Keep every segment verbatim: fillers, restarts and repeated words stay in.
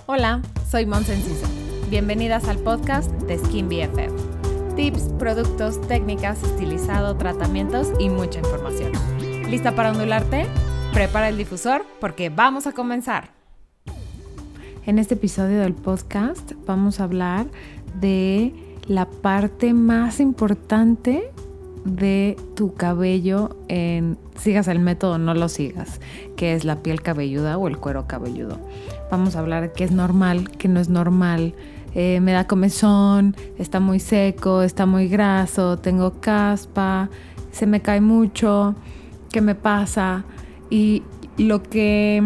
Hola, soy Monse Enciso. Bienvenidas al podcast de Skin B F F. Tips, productos, técnicas, estilizado, tratamientos y mucha información. ¿Lista para ondularte? Prepara el difusor porque vamos a comenzar. En este episodio del podcast vamos a hablar de la parte más importante de tu cabello en sigas el método o no lo sigas, que es la piel cabelluda o el cuero cabelludo. Vamos a hablar de qué es normal, qué no es normal, eh, me da comezón, está muy seco, está muy graso, tengo caspa, se me cae mucho, qué me pasa. Y lo que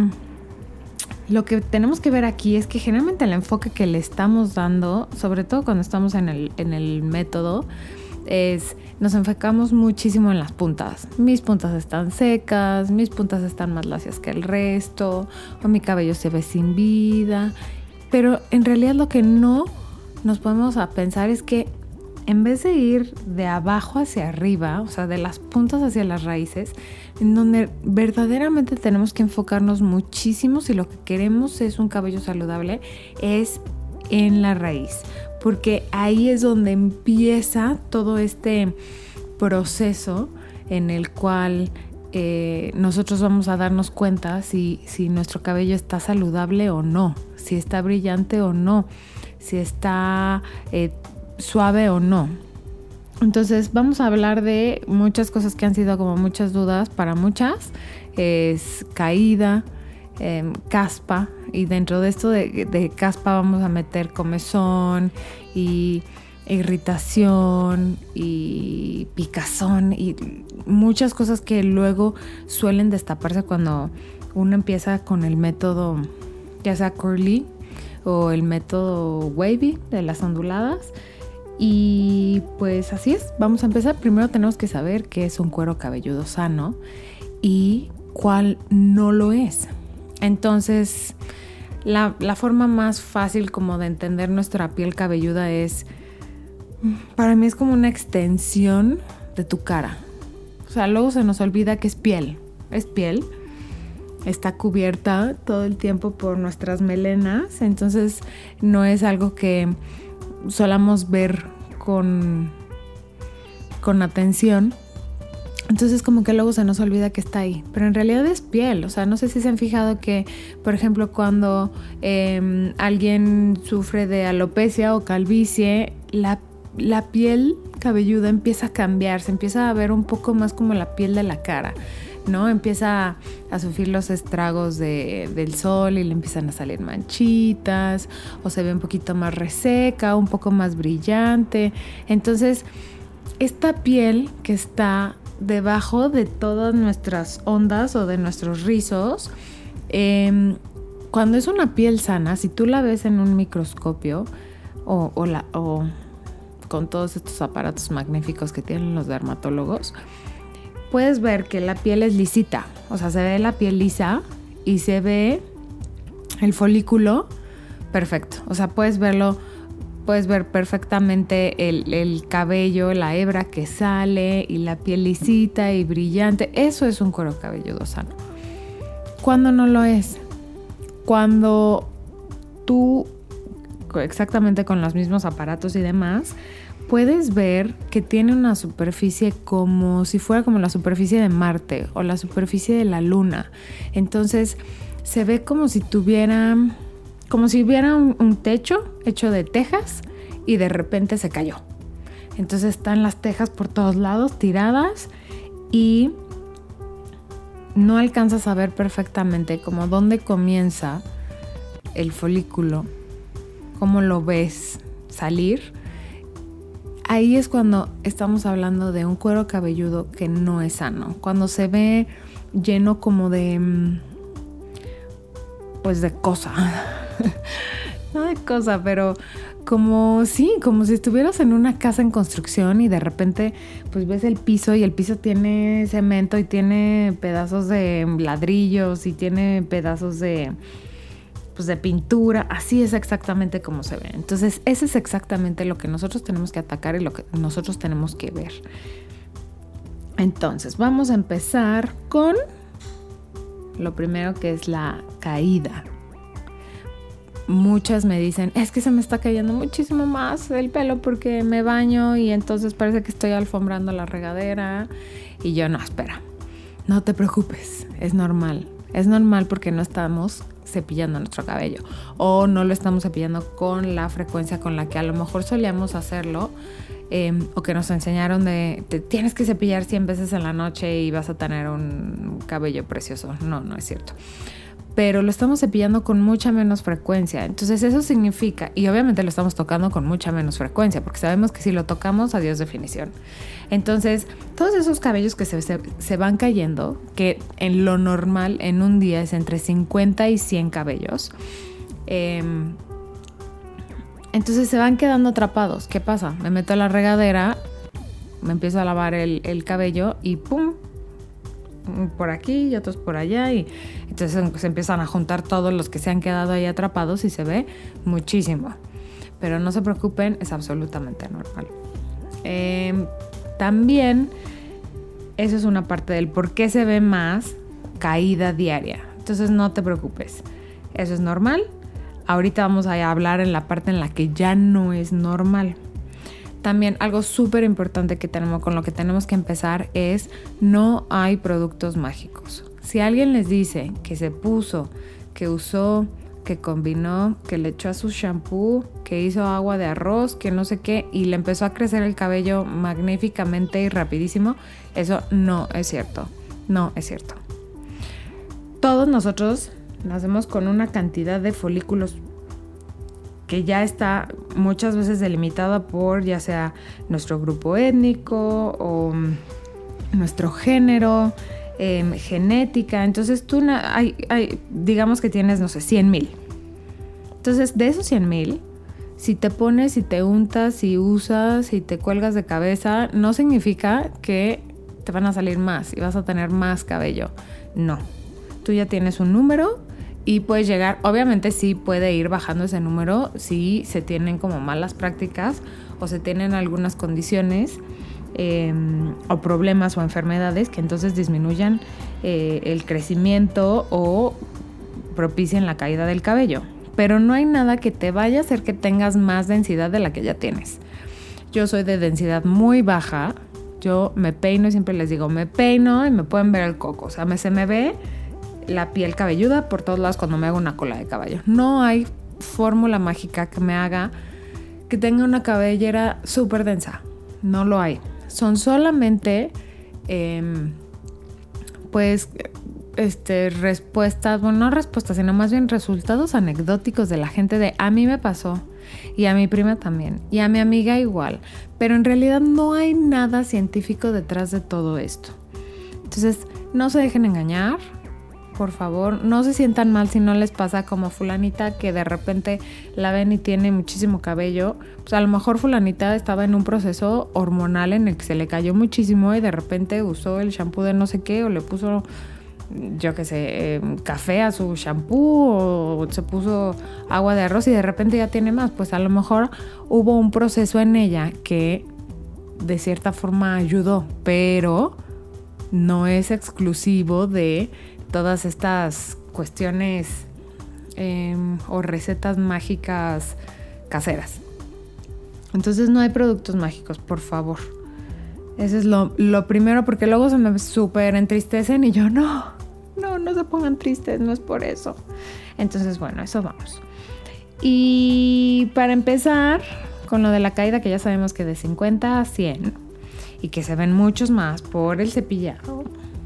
lo que tenemos que ver aquí es que generalmente el enfoque que le estamos dando, sobre todo cuando estamos en el, en el método, es nos enfocamos muchísimo en las puntas. Mis puntas están secas, mis puntas están más lacias que el resto, o mi cabello se ve sin vida. Pero en realidad lo que no nos podemos a pensar es que en vez de ir de abajo hacia arriba, o sea, de las puntas hacia las raíces, en donde verdaderamente tenemos que enfocarnos muchísimo si lo que queremos es un cabello saludable, es en la raíz. Porque ahí es donde empieza todo este proceso en el cual eh, nosotros vamos a darnos cuenta si, si nuestro cabello está saludable o no, si está brillante o no, si está eh, suave o no. Entonces vamos a hablar de muchas cosas que han sido como muchas dudas para muchas. Es caída, Eh, caspa, y dentro de esto de, de caspa vamos a meter comezón y irritación y picazón y muchas cosas que luego suelen destaparse cuando uno empieza con el método ya sea curly o el método wavy de las onduladas. Y pues así es, vamos a empezar. Primero tenemos que saber qué es un cuero cabelludo sano y cuál no lo es. Entonces, la, la forma más fácil como de entender nuestra piel cabelluda es, para mí es como una extensión de tu cara. O sea, luego se nos olvida que es piel, es piel. Está cubierta todo el tiempo por nuestras melenas, entonces no es algo que solamos ver con, con atención. Entonces como que luego se nos olvida que está ahí, pero en realidad es piel. O sea, no sé si se han fijado que, por ejemplo, cuando eh, alguien sufre de alopecia o calvicie, la, la piel cabelluda empieza a cambiar, se empieza a ver un poco más como la piel de la cara, ¿no? Empieza a sufrir los estragos de, del sol y le empiezan a salir manchitas, o se ve un poquito más reseca, un poco más brillante. Entonces, esta piel que está debajo de todas nuestras ondas o de nuestros rizos, eh, cuando es una piel sana, si tú la ves en un microscopio o, o, la, o con todos estos aparatos magníficos que tienen los dermatólogos, puedes ver que la piel es lisita. O sea, se ve la piel lisa y se ve el folículo perfecto. O sea, puedes verlo Puedes ver perfectamente el, el cabello, la hebra que sale y la piel lisita y brillante. Eso es un cuero cabelludo sano. ¿Cuándo no lo es? Cuando tú, exactamente con los mismos aparatos y demás, puedes ver que tiene una superficie como si fuera como la superficie de Marte o la superficie de la Luna. Entonces se ve como si tuviera... como si hubiera un, un techo hecho de tejas y de repente se cayó. Entonces están las tejas por todos lados tiradas y no alcanzas a ver perfectamente como dónde comienza el folículo, cómo lo ves salir. Ahí es cuando estamos hablando de un cuero cabelludo que no es sano. Cuando se ve lleno como de... pues de cosa. No de cosa, pero como sí, como si estuvieras en una casa en construcción y de repente pues ves el piso y el piso tiene cemento y tiene pedazos de ladrillos y tiene pedazos de pues de pintura. Así es exactamente como se ve. Entonces ese es exactamente lo que nosotros tenemos que atacar y lo que nosotros tenemos que ver. Entonces vamos a empezar con lo primero, que es la caída. muchas me dicen, es que se me está cayendo muchísimo más el pelo porque me baño y entonces parece que estoy alfombrando la regadera. Y yo, no, espera, no te preocupes, es normal. Es normal porque no estamos cepillando nuestro cabello o no lo estamos cepillando con la frecuencia con la que a lo mejor solíamos hacerlo, eh, o que nos enseñaron de te tienes que cepillar cien veces en la noche y vas a tener un cabello precioso. No, no es cierto. Pero lo estamos cepillando con mucha menos frecuencia. Entonces eso significa, y obviamente lo estamos tocando con mucha menos frecuencia, porque sabemos que si lo tocamos, adiós definición. Entonces, todos esos cabellos que se, se, se van cayendo, que en lo normal en un día es entre cincuenta y cien cabellos, eh, entonces se van quedando atrapados. ¿Qué pasa? Me meto a la regadera, me empiezo a lavar el, el cabello y ¡pum! Por aquí y otros por allá, y entonces se empiezan a juntar todos los que se han quedado ahí atrapados y se ve muchísimo. Pero no se preocupen, es absolutamente normal. Eh, también eso es una parte del por qué se ve más caída diaria. Entonces no te preocupes, eso es normal. Ahorita vamos a hablar en la parte en la que ya no es normal. También algo súper importante que tenemos, con lo que tenemos que empezar es no hay productos mágicos. Si alguien les dice que se puso, que usó, que combinó, que le echó a su shampoo, que hizo agua de arroz, que no sé qué, y le empezó a crecer el cabello magníficamente y rapidísimo, eso no es cierto. No es cierto. Todos nosotros nacemos con una cantidad de folículos que ya está muchas veces delimitada por ya sea nuestro grupo étnico o nuestro género, eh, genética. Entonces tú, hay, hay, digamos que tienes, no sé, cien mil. Entonces de esos cien mil, si te pones, si te untas, si usas, si te cuelgas de cabeza, no significa que te van a salir más y vas a tener más cabello. No, tú ya tienes un número. Y puedes llegar, obviamente sí puede ir bajando ese número si se tienen como malas prácticas o se tienen algunas condiciones eh, o problemas o enfermedades que entonces disminuyan eh, el crecimiento o propicien la caída del cabello. Pero no hay nada que te vaya a hacer que tengas más densidad de la que ya tienes. Yo soy de densidad muy baja, yo me peino y siempre les digo, me peino y me pueden ver el coco, o sea, me, se me ve la piel cabelluda por todos lados cuando me hago una cola de caballo. No hay fórmula mágica que me haga que tenga una cabellera súper densa. No lo hay. Son solamente eh, pues este, respuestas, bueno, no respuestas, sino más bien resultados anecdóticos de la gente de a mí me pasó y a mi prima también y a mi amiga igual. Pero en realidad no hay nada científico detrás de todo esto. Entonces, no se dejen engañar. Por favor, no se sientan mal si no les pasa como fulanita que de repente la ven y tiene muchísimo cabello. Pues a lo mejor fulanita estaba en un proceso hormonal en el que se le cayó muchísimo y de repente usó el shampoo de no sé qué o le puso, yo qué sé, eh, café a su shampoo o se puso agua de arroz y de repente ya tiene más. Pues a lo mejor hubo un proceso en ella que de cierta forma ayudó, pero no es exclusivo de todas estas cuestiones eh, o recetas mágicas caseras. Entonces no hay productos mágicos, por favor. Eso es lo, lo primero, porque luego se me súper entristecen y yo no, no, no se pongan tristes, no es por eso. Entonces, bueno, eso vamos. Y para empezar con lo de la caída, que ya sabemos que de cincuenta a cien y que se ven muchos más por el cepillado.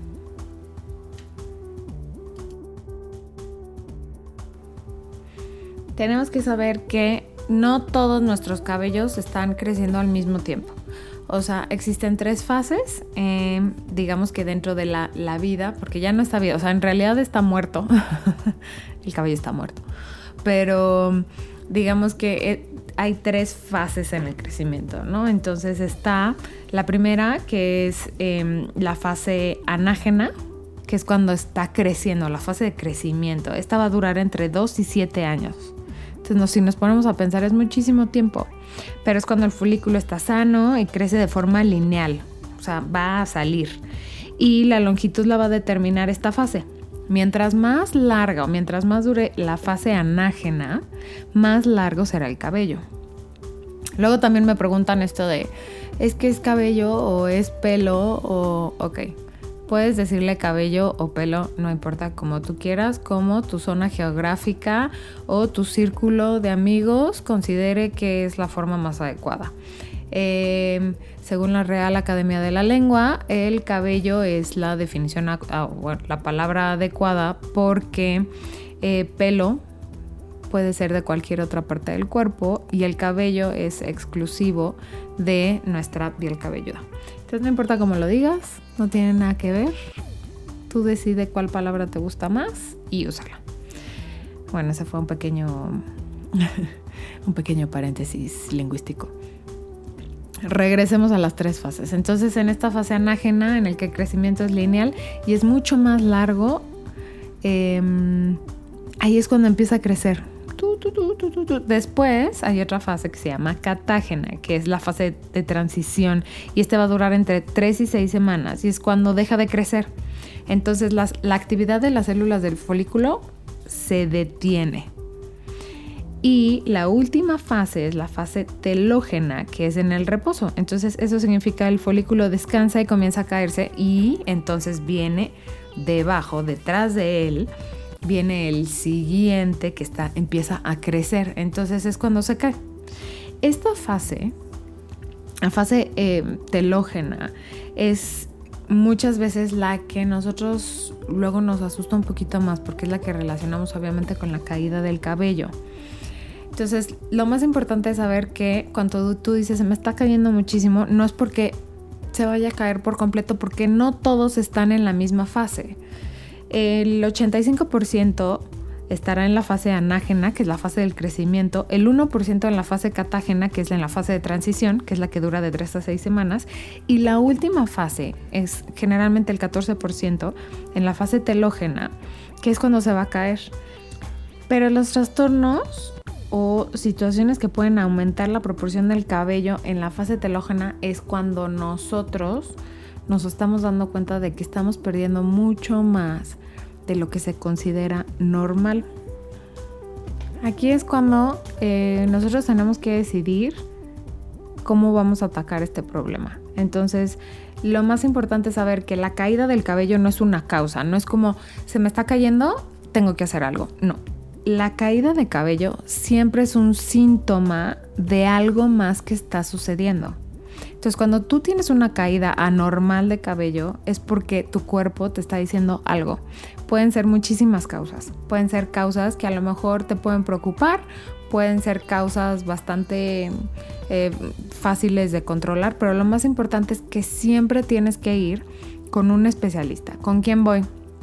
Tenemos que saber que no todos nuestros cabellos están creciendo al mismo tiempo. O sea, existen tres fases, eh, digamos que dentro de la, la vida, porque ya no está bien, o sea, en realidad está muerto, el cabello está muerto, pero digamos que hay tres fases en el crecimiento, ¿no? Entonces está la primera, que es eh, la fase anágena, que es cuando está creciendo, la fase de crecimiento. Esta va a durar entre dos y siete años. Entonces, si nos ponemos a pensar, es muchísimo tiempo, pero es cuando el folículo está sano y crece de forma lineal, o sea, va a salir. Y la longitud la va a determinar esta fase. Mientras más larga o mientras más dure la fase anágena, más largo será el cabello. Luego también me preguntan esto de, ¿es que es cabello o es pelo? O, ok, puedes decirle cabello o pelo, no importa, como tú quieras, como tu zona geográfica o tu círculo de amigos considere que es la forma más adecuada. Eh, según la Real Academia de la Lengua, el cabello es la definición, ah, bueno, la palabra adecuada porque eh, pelo puede ser de cualquier otra parte del cuerpo y el cabello es exclusivo de nuestra piel cabelluda. Entonces no importa cómo lo digas, no tiene nada que ver. Tú decides cuál palabra te gusta más y úsala. Bueno, ese fue un pequeño, un pequeño paréntesis lingüístico. Regresemos a las tres fases. Entonces, en esta fase anágena, en el que el crecimiento es lineal y es mucho más largo, eh, ahí es cuando empieza a crecer. Después hay otra fase que se llama catágena, que es la fase de transición, y este va a durar entre tres y seis semanas y es cuando deja de crecer. Entonces, las, la actividad de las células del folículo se detiene. Y la última fase es la fase telógena, que es en el reposo. Entonces eso significa el folículo descansa y comienza a caerse y entonces viene debajo, detrás de él, viene el siguiente que está, empieza a crecer. Entonces es cuando se cae. Esta fase, la fase eh, telógena, es muchas veces la que nosotros luego nos asusta un poquito más porque es la que relacionamos obviamente con la caída del cabello. Entonces, lo más importante es saber que cuando tú dices se me está cayendo muchísimo, no es porque se vaya a caer por completo, porque no todos están en la misma fase. El ochenta y cinco por ciento estará en la fase anágena, que es la fase del crecimiento, el uno por ciento en la fase catágena, que es en la fase de transición, que es la que dura de tres a seis semanas, y la última fase es generalmente el catorce por ciento en la fase telógena, que es cuando se va a caer. Pero los trastornos o situaciones que pueden aumentar la proporción del cabello en la fase telógena es cuando nosotros nos estamos dando cuenta de que estamos perdiendo mucho más de lo que se considera normal. Aquí es cuando eh, nosotros tenemos que decidir cómo vamos a atacar este problema. Entonces, lo más importante es saber que la caída del cabello no es una causa, no es como se me está cayendo, tengo que hacer algo. No. La caída de cabello siempre es un síntoma de algo más que está sucediendo. Entonces, cuando tú tienes una caída anormal de cabello, es porque tu cuerpo te está diciendo algo. Pueden ser muchísimas causas. Pueden ser causas que a lo mejor te pueden preocupar, pueden ser causas bastante eh, fáciles de controlar, pero lo más importante es que siempre tienes que ir con un especialista. ¿Con quién voy?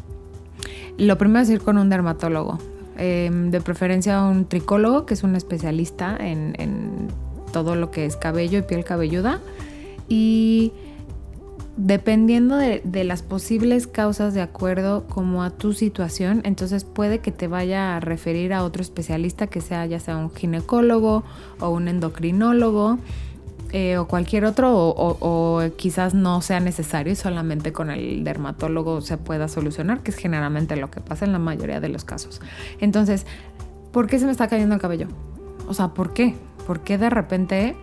Lo primero es ir con un dermatólogo. Eh, de preferencia un tricólogo, que es un especialista en, en todo lo que es cabello y piel cabelluda, y dependiendo de, de las posibles causas de acuerdo como a tu situación, entonces puede que te vaya a referir a otro especialista que sea ya sea un ginecólogo o un endocrinólogo eh, o cualquier otro, o, o, o quizás no sea necesario y solamente con el dermatólogo se pueda solucionar, que es generalmente lo que pasa en la mayoría de los casos. Entonces, ¿por qué se me está cayendo el cabello? O sea, ¿por qué? ¿Por qué de repente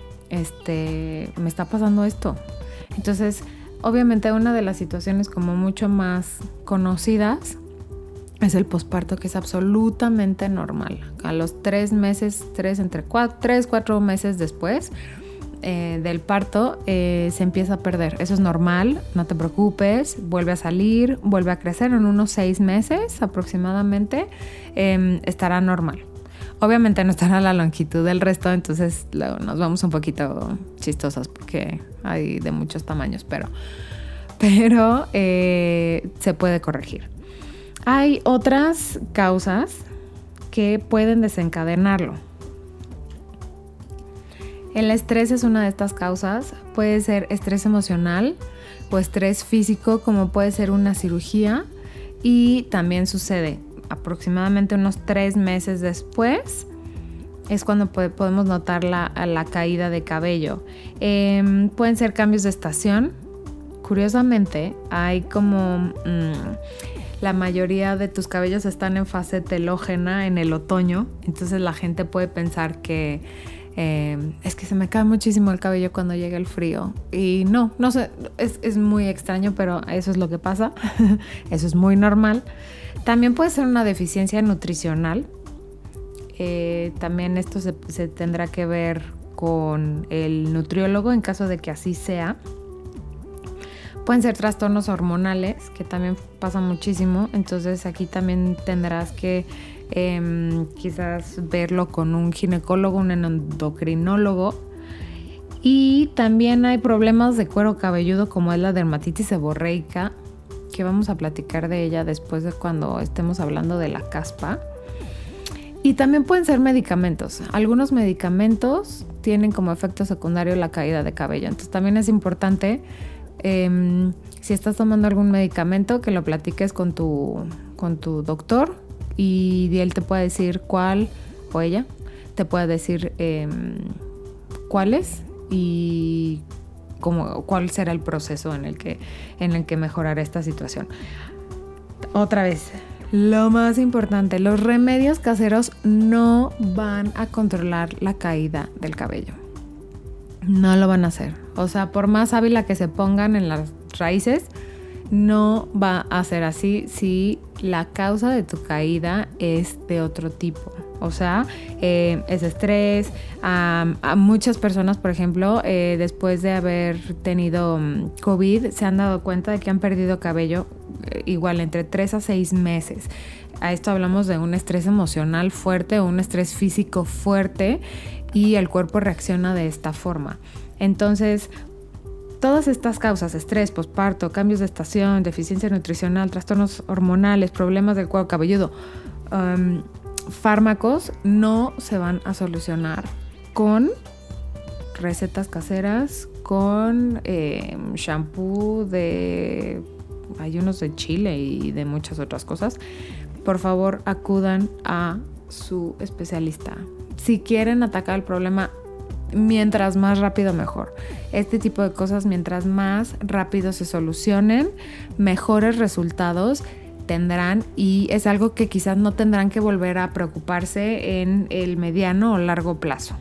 este, me está pasando esto? Entonces, obviamente una de las situaciones como mucho más conocidas es el posparto, que es absolutamente normal. A los tres meses, tres, entre cuatro, tres, cuatro meses después eh, del parto, eh, se empieza a perder. Eso es normal, no te preocupes, vuelve a salir, vuelve a crecer en unos seis meses aproximadamente, eh, estará normal. Obviamente no estará a la longitud del resto, entonces luego nos vamos un poquito chistosas porque hay de muchos tamaños, pero, pero eh, se puede corregir. Hay otras causas que pueden desencadenarlo. El estrés es una de estas causas. Puede ser estrés emocional o estrés físico, como puede ser una cirugía, y también sucede aproximadamente unos tres meses después es cuando puede, podemos notar la, la caída de cabello. Eh, pueden ser cambios de estación. Curiosamente, hay como mmm, la mayoría de tus cabellos están en fase telógena en el otoño, entonces la gente puede pensar que eh, es que se me cae muchísimo el cabello cuando llega el frío. Y no, no sé, es, es muy extraño, pero eso es lo que pasa. Eso es muy normal. También puede ser una deficiencia nutricional. Eh, también esto se, se tendrá que ver con el nutriólogo en caso de que así sea. Pueden ser trastornos hormonales, que también pasa muchísimo. Entonces aquí también tendrás que eh, quizás verlo con un ginecólogo, un endocrinólogo. Y también hay problemas de cuero cabelludo como es la dermatitis seborreica, que vamos a platicar de ella después de cuando estemos hablando de la caspa. Y también pueden ser medicamentos. Algunos medicamentos tienen como efecto secundario la caída de cabello. Entonces también es importante, eh, si estás tomando algún medicamento, que lo platiques con tu, con tu doctor y él te puede decir cuál, o ella te puede decir eh, cuál es y cómo, cuál será el proceso en el que, en el que mejorará esta situación. Otra vez, lo más importante, los remedios caseros no van a controlar la caída del cabello. No lo van a hacer. O sea, por más sábila que se pongan en las raíces, no va a ser así si la causa de tu caída es de otro tipo. O sea, eh, es estrés. Um, a muchas personas, por ejemplo, eh, después de haber tenido um, COVID, se han dado cuenta de que han perdido cabello eh, igual entre tres a seis meses. A esto hablamos de un estrés emocional fuerte o un estrés físico fuerte y el cuerpo reacciona de esta forma. Entonces, todas estas causas, estrés, posparto, cambios de estación, deficiencia nutricional, trastornos hormonales, problemas del cuero cabelludo, um, fármacos, no se van a solucionar con recetas caseras, con eh, shampoo de ayunos de chile y de muchas otras cosas. Por favor, acudan a su especialista. Si quieren atacar el problema, mientras más rápido mejor. Este tipo de cosas, mientras más rápido se solucionen, mejores resultados tendrán, y es algo que quizás no tendrán que volver a preocuparse en el mediano o largo plazo.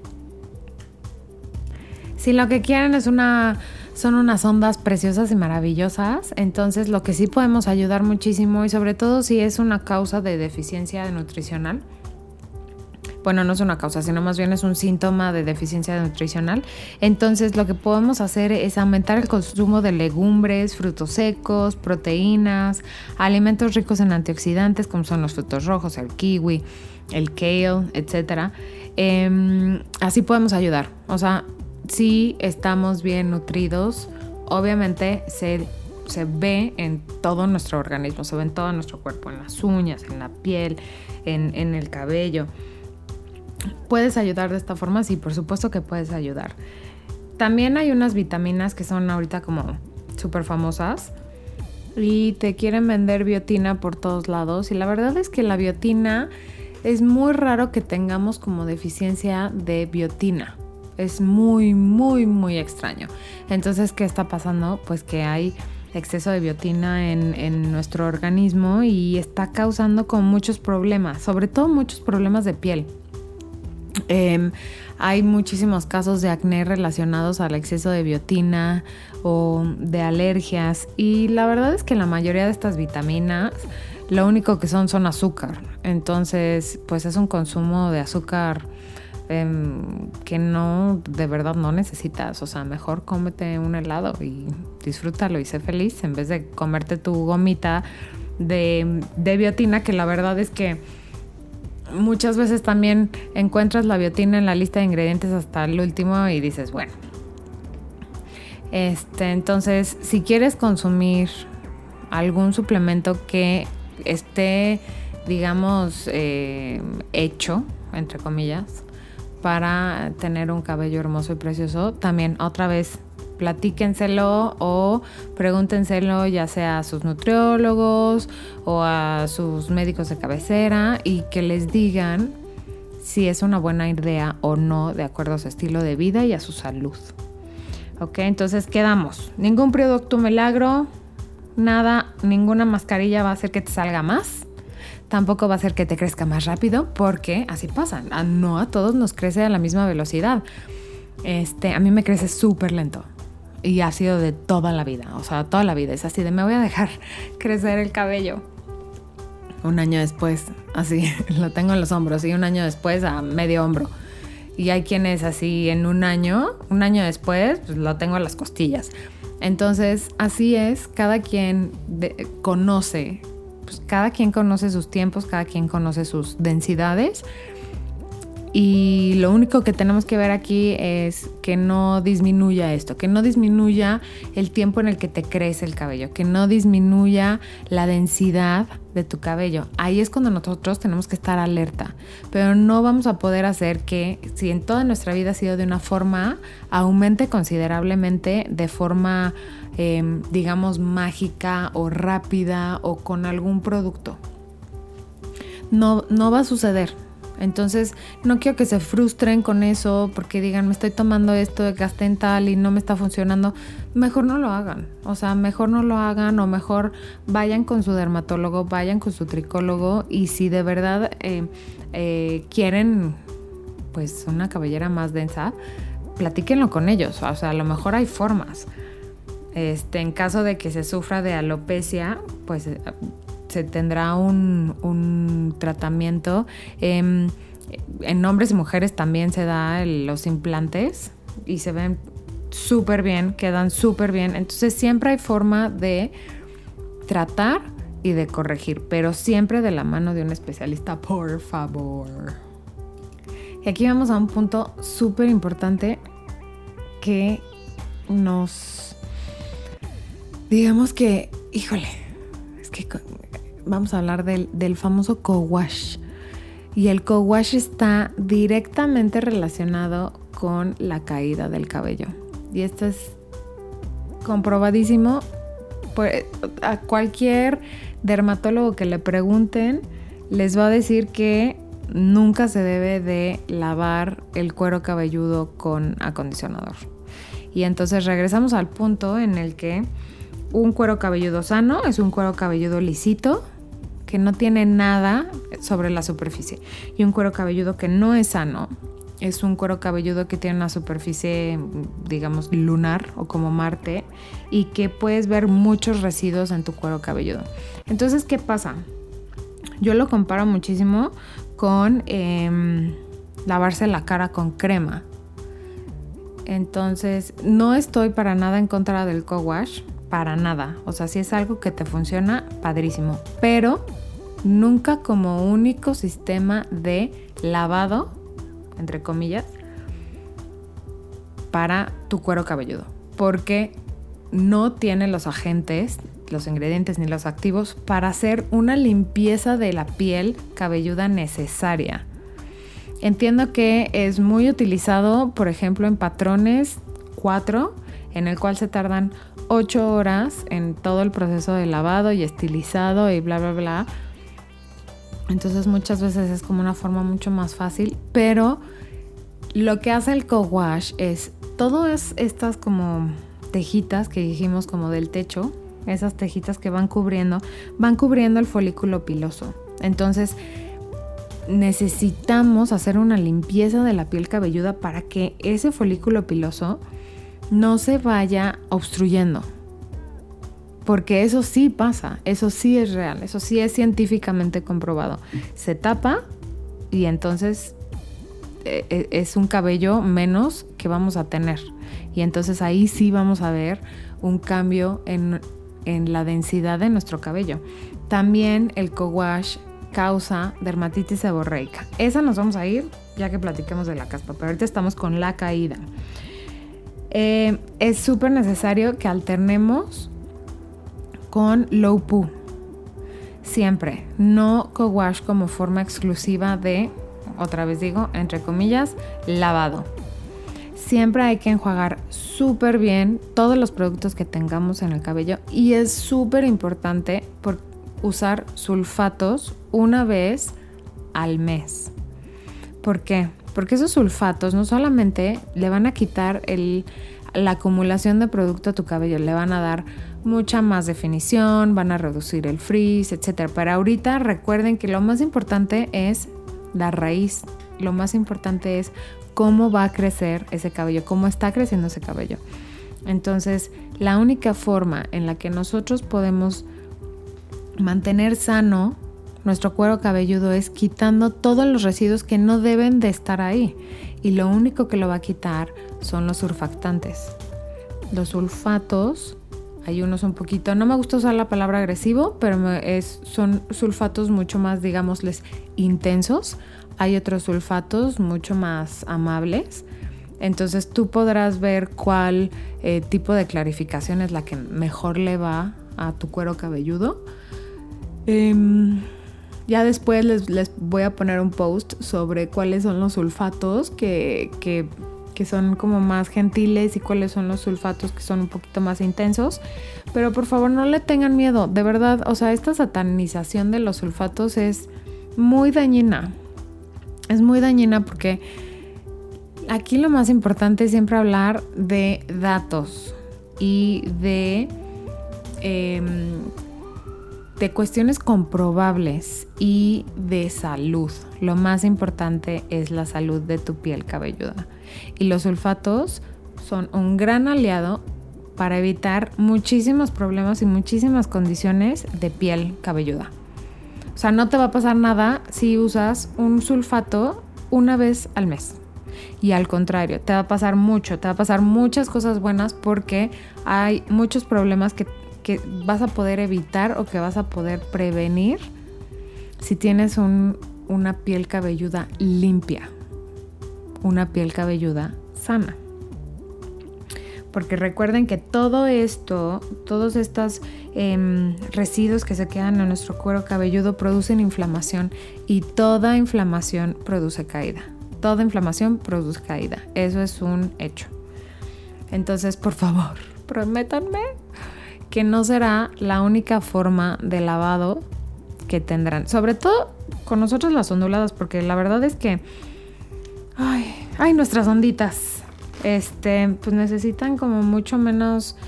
Si lo que quieren es una, son unas ondas preciosas y maravillosas, entonces lo que sí podemos ayudar muchísimo, y sobre todo si es una causa de deficiencia nutricional, bueno, no es una causa, sino más bien es un síntoma de deficiencia nutricional. Entonces, lo que podemos hacer es aumentar el consumo de legumbres, frutos secos, proteínas, alimentos ricos en antioxidantes, como son los frutos rojos, el kiwi, el kale, etcétera. Eh, así podemos ayudar. O sea, si estamos bien nutridos, obviamente se, se ve en todo nuestro organismo, se ve en todo nuestro cuerpo, en las uñas, en la piel, en, en el cabello. ¿Puedes ayudar de esta forma? Sí, por supuesto que puedes ayudar. También hay unas vitaminas que son ahorita como súper famosas y te quieren vender biotina por todos lados, y la verdad es que la biotina es muy raro que tengamos como deficiencia de biotina. Es muy, muy, muy extraño. Entonces, ¿qué está pasando? Pues que hay exceso de biotina en, en nuestro organismo y está causando como muchos problemas, sobre todo muchos problemas de piel. Eh, hay muchísimos casos de acné relacionados al exceso de biotina o de alergias, y la verdad es que la mayoría de estas vitaminas lo único que son son azúcar. Entonces, pues es un consumo de azúcar eh, que no, de verdad no necesitas. O sea, mejor cómete un helado y disfrútalo y sé feliz, en vez de comerte tu gomita de, de biotina, que la verdad es que muchas veces también encuentras la biotina en la lista de ingredientes hasta el último y dices, bueno. Este, entonces, si quieres consumir algún suplemento que esté, digamos, eh, hecho, entre comillas, para tener un cabello hermoso y precioso, también otra vez platíquenselo o pregúntenselo ya sea a sus nutriólogos o a sus médicos de cabecera, y que les digan si es una buena idea o no, de acuerdo a su estilo de vida y a su salud. Ok, entonces quedamos. Ningún producto milagro, nada, ninguna mascarilla va a hacer que te salga más. Tampoco va a hacer que te crezca más rápido, porque así pasa. No a todos nos crece a la misma velocidad. Este, a mí me crece súper lento. Y ha sido de toda la vida. O sea, toda la vida. Es así de me voy a dejar crecer el cabello. Un año después, así, lo tengo en los hombros. Y un año después a medio hombro. Y hay quienes así en un año, un año después, pues lo tengo en las costillas. Entonces, así es. Cada quien de, conoce... Pues cada quien conoce sus tiempos, cada quien conoce sus densidades y lo único que tenemos que ver aquí es que no disminuya esto, que no disminuya el tiempo en el que te crece el cabello, que no disminuya la densidad de tu cabello. Ahí es cuando nosotros tenemos que estar alerta, pero no vamos a poder hacer que si en toda nuestra vida ha sido de una forma, aumente considerablemente de forma Eh, digamos mágica o rápida o con algún producto. No, no va a suceder. Entonces no quiero que se frustren con eso porque digan me estoy tomando esto, gasté en tal y no me está funcionando. Mejor no lo hagan. O sea, mejor no lo hagan o mejor vayan con su dermatólogo, vayan con su tricólogo y si de verdad eh, eh, quieren pues una cabellera más densa, platíquenlo con ellos. O sea, a lo mejor hay formas. Este, en caso de que se sufra de alopecia, pues eh, se tendrá un, un tratamiento. Eh, en hombres y mujeres también se da el, los implantes y se ven súper bien, quedan súper bien. Entonces siempre hay forma de tratar y de corregir, pero siempre de la mano de un especialista, por favor. Y aquí vamos a un punto súper importante que nos... Digamos que, híjole, es que vamos a hablar del, del famoso co-wash. Y el co-wash está directamente relacionado con la caída del cabello. Y esto es comprobadísimo. Por, a cualquier dermatólogo que le pregunten, les va a decir que nunca se debe de lavar el cuero cabelludo con acondicionador. Y entonces regresamos al punto en el que un cuero cabelludo sano es un cuero cabelludo lisito que no tiene nada sobre la superficie. Y un cuero cabelludo que no es sano es un cuero cabelludo que tiene una superficie, digamos, lunar o como Marte y que puedes ver muchos residuos en tu cuero cabelludo. Entonces, ¿qué pasa? Yo lo comparo muchísimo con eh, lavarse la cara con crema. Entonces, no estoy para nada en contra del co-wash. Para nada, o sea, si es algo que te funciona, padrísimo, pero nunca como único sistema de lavado, entre comillas, para tu cuero cabelludo, porque no tiene los agentes, los ingredientes ni los activos para hacer una limpieza de la piel cabelluda necesaria. Entiendo que es muy utilizado, por ejemplo, en patrones cuatro, en el cual se tardan ocho horas en todo el proceso de lavado y estilizado y bla, bla, bla. Entonces muchas veces es como una forma mucho más fácil, pero lo que hace el co-wash es todas estas como tejitas que dijimos como del techo, esas tejitas que van cubriendo, van cubriendo el folículo piloso. Entonces necesitamos hacer una limpieza de la piel cabelluda para que ese folículo piloso no se vaya obstruyendo, porque eso sí pasa, eso sí es real, eso sí es científicamente comprobado. Se tapa y entonces eh, es un cabello menos que vamos a tener y entonces ahí sí vamos a ver un cambio en, en la densidad de nuestro cabello. También el co-wash causa dermatitis seborreica. Esa nos vamos a ir ya que platiquemos de la caspa, pero ahorita estamos con la caída. Eh, es súper necesario que alternemos con low poo. Siempre, no co-wash como forma exclusiva de, otra vez digo, entre comillas, lavado. Siempre hay que enjuagar súper bien todos los productos que tengamos en el cabello y es súper importante por usar sulfatos una vez al mes. ¿Por qué? Porque esos sulfatos no solamente le van a quitar el, la acumulación de producto a tu cabello, le van a dar mucha más definición, van a reducir el frizz, etcétera. Pero ahorita recuerden que lo más importante es la raíz. Lo más importante es cómo va a crecer ese cabello, cómo está creciendo ese cabello. Entonces, la única forma en la que nosotros podemos mantener sano nuestro cuero cabelludo es quitando todos los residuos que no deben de estar ahí. Y lo único que lo va a quitar son los surfactantes. Los sulfatos, hay unos un poquito, no me gusta usar la palabra agresivo, pero es, son sulfatos mucho más, digámosles, intensos. Hay otros sulfatos mucho más amables. Entonces tú podrás ver cuál eh, tipo de clarificación es la que mejor le va a tu cuero cabelludo. Eh, ya después les, les voy a poner un post sobre cuáles son los sulfatos que, que, que son como más gentiles y cuáles son los sulfatos que son un poquito más intensos. Pero por favor no le tengan miedo, de verdad, o sea, esta satanización de los sulfatos es muy dañina. Es muy dañina porque aquí lo más importante es siempre hablar de datos y de, eh, de cuestiones comprobables y de salud. Lo más importante es la salud de tu piel cabelluda. Y los sulfatos son un gran aliado para evitar muchísimos problemas y muchísimas condiciones de piel cabelluda. O sea, no te va a pasar nada si usas un sulfato una vez al mes. Y al contrario, te va a pasar mucho, te va a pasar muchas cosas buenas porque hay muchos problemas que, que vas a poder evitar o que vas a poder prevenir si tienes un, una piel cabelluda limpia, una piel cabelluda sana. Porque recuerden que todo esto, todos estos eh, residuos que se quedan en nuestro cuero cabelludo producen inflamación y toda inflamación produce caída. Toda inflamación produce caída. Eso es un hecho. Entonces, por favor, prométanme que no será la única forma de lavado que tendrán. Sobre todo con nosotros las onduladas, porque la verdad es que ay, ay nuestras onditas. Este, pues necesitan como mucho menos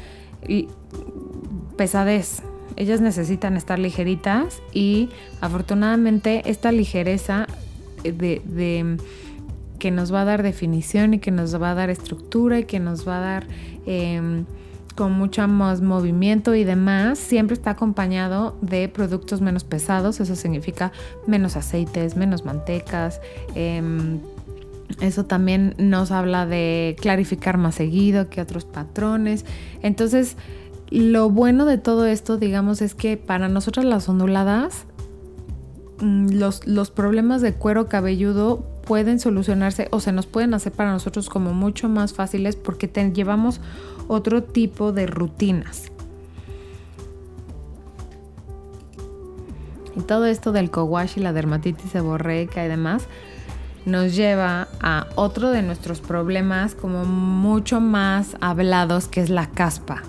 pesadez. Ellas necesitan estar ligeritas y afortunadamente esta ligereza de, de que nos va a dar definición y que nos va a dar estructura y que nos va a dar eh, con mucho más movimiento y demás, siempre está acompañado de productos menos pesados. Eso significa menos aceites, menos mantecas. Eh, Eso también nos habla de clarificar más seguido que otros patrones. Entonces, lo bueno de todo esto, digamos, es que para nosotras las onduladas, los, los problemas de cuero cabelludo pueden solucionarse o se nos pueden hacer para nosotros como mucho más fáciles porque te, llevamos otro tipo de rutinas. Y todo esto del co-wash y la dermatitis seborreica y demás nos lleva a otro de nuestros problemas como mucho más hablados, que es la caspa.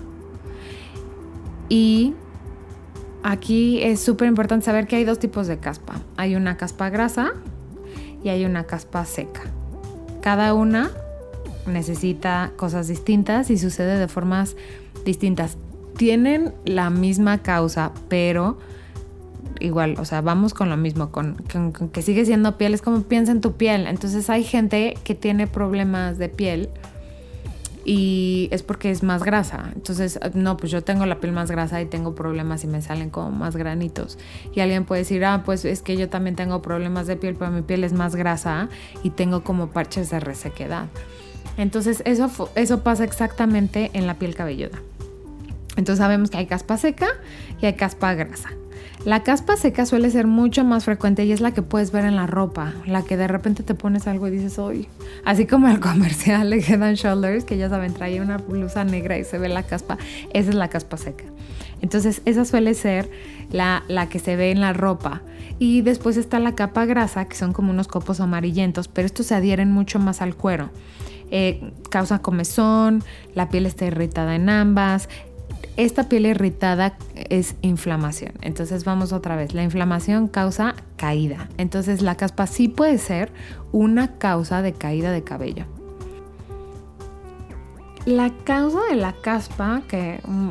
Y aquí es súper importante saber que hay dos tipos de caspa. Hay una caspa grasa y hay una caspa seca. Cada una necesita cosas distintas y sucede de formas distintas. Tienen la misma causa, pero igual, o sea, vamos con lo mismo, con, con, con que sigue siendo piel, es como piensa en tu piel. Entonces hay gente que tiene problemas de piel y es porque es más grasa. Entonces, no, pues yo tengo la piel más grasa y tengo problemas y me salen como más granitos. Y alguien puede decir, ah, pues es que yo también tengo problemas de piel, pero mi piel es más grasa y tengo como parches de resequedad. Entonces, eso, eso pasa exactamente en la piel cabelluda. Entonces sabemos que hay caspa seca y hay caspa grasa. La caspa seca suele ser mucho más frecuente y es la que puedes ver en la ropa, la que de repente te pones algo y dices, uy, así como el comercial de Head and Shoulders, que ya saben, trae una blusa negra y se ve la caspa, esa es la caspa seca. Entonces esa suele ser la, la que se ve en la ropa. Y después está la capa grasa, que son como unos copos amarillentos, pero estos se adhieren mucho más al cuero. Eh, causa comezón, la piel está irritada en ambas. Esta piel irritada es inflamación. Entonces vamos otra vez. La inflamación causa caída. Entonces la caspa sí puede ser una causa de caída de cabello. La causa de la caspa, que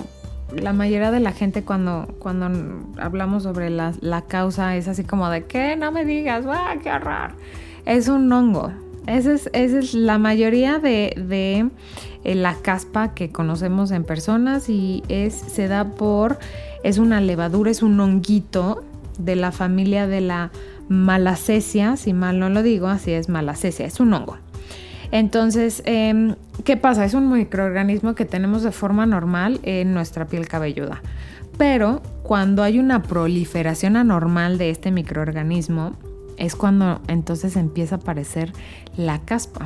la mayoría de la gente cuando, cuando hablamos sobre la, la causa es así como de ¿qué? No me digas, ¡ah, qué horror! Es un hongo. Esa es, esa es la mayoría de, de eh, la caspa que conocemos en personas y es, se da por, es una levadura, es un honguito de la familia de la Malassezia, si mal no lo digo, así es Malassezia, es un hongo. Entonces, eh, ¿qué pasa? Es un microorganismo que tenemos de forma normal en nuestra piel cabelluda. Pero cuando hay una proliferación anormal de este microorganismo, es cuando entonces empieza a aparecer la caspa.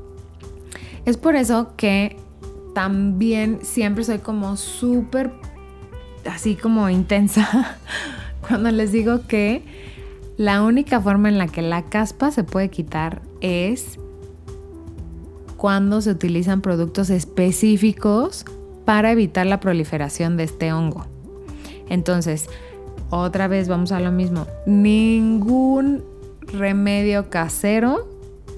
Es por eso que también siempre soy como súper, así como intensa, cuando les digo que la única forma en la que la caspa se puede quitar es cuando se utilizan productos específicos para evitar la proliferación de este hongo. Entonces, otra vez vamos a lo mismo. Ningún remedio casero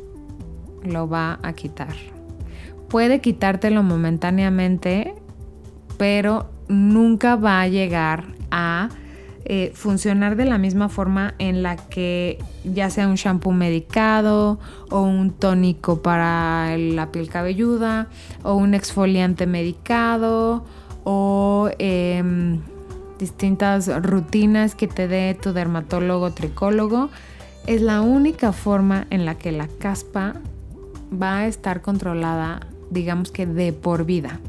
lo va a quitar. Puede quitártelo momentáneamente, pero nunca va a llegar a eh, funcionar de la misma forma en la que ya sea un shampoo medicado o un tónico para la piel cabelluda o un exfoliante medicado o eh, distintas rutinas que te dé tu dermatólogo o tricólogo. Es la única forma en la que la caspa va a estar controlada, digamos que de por vida.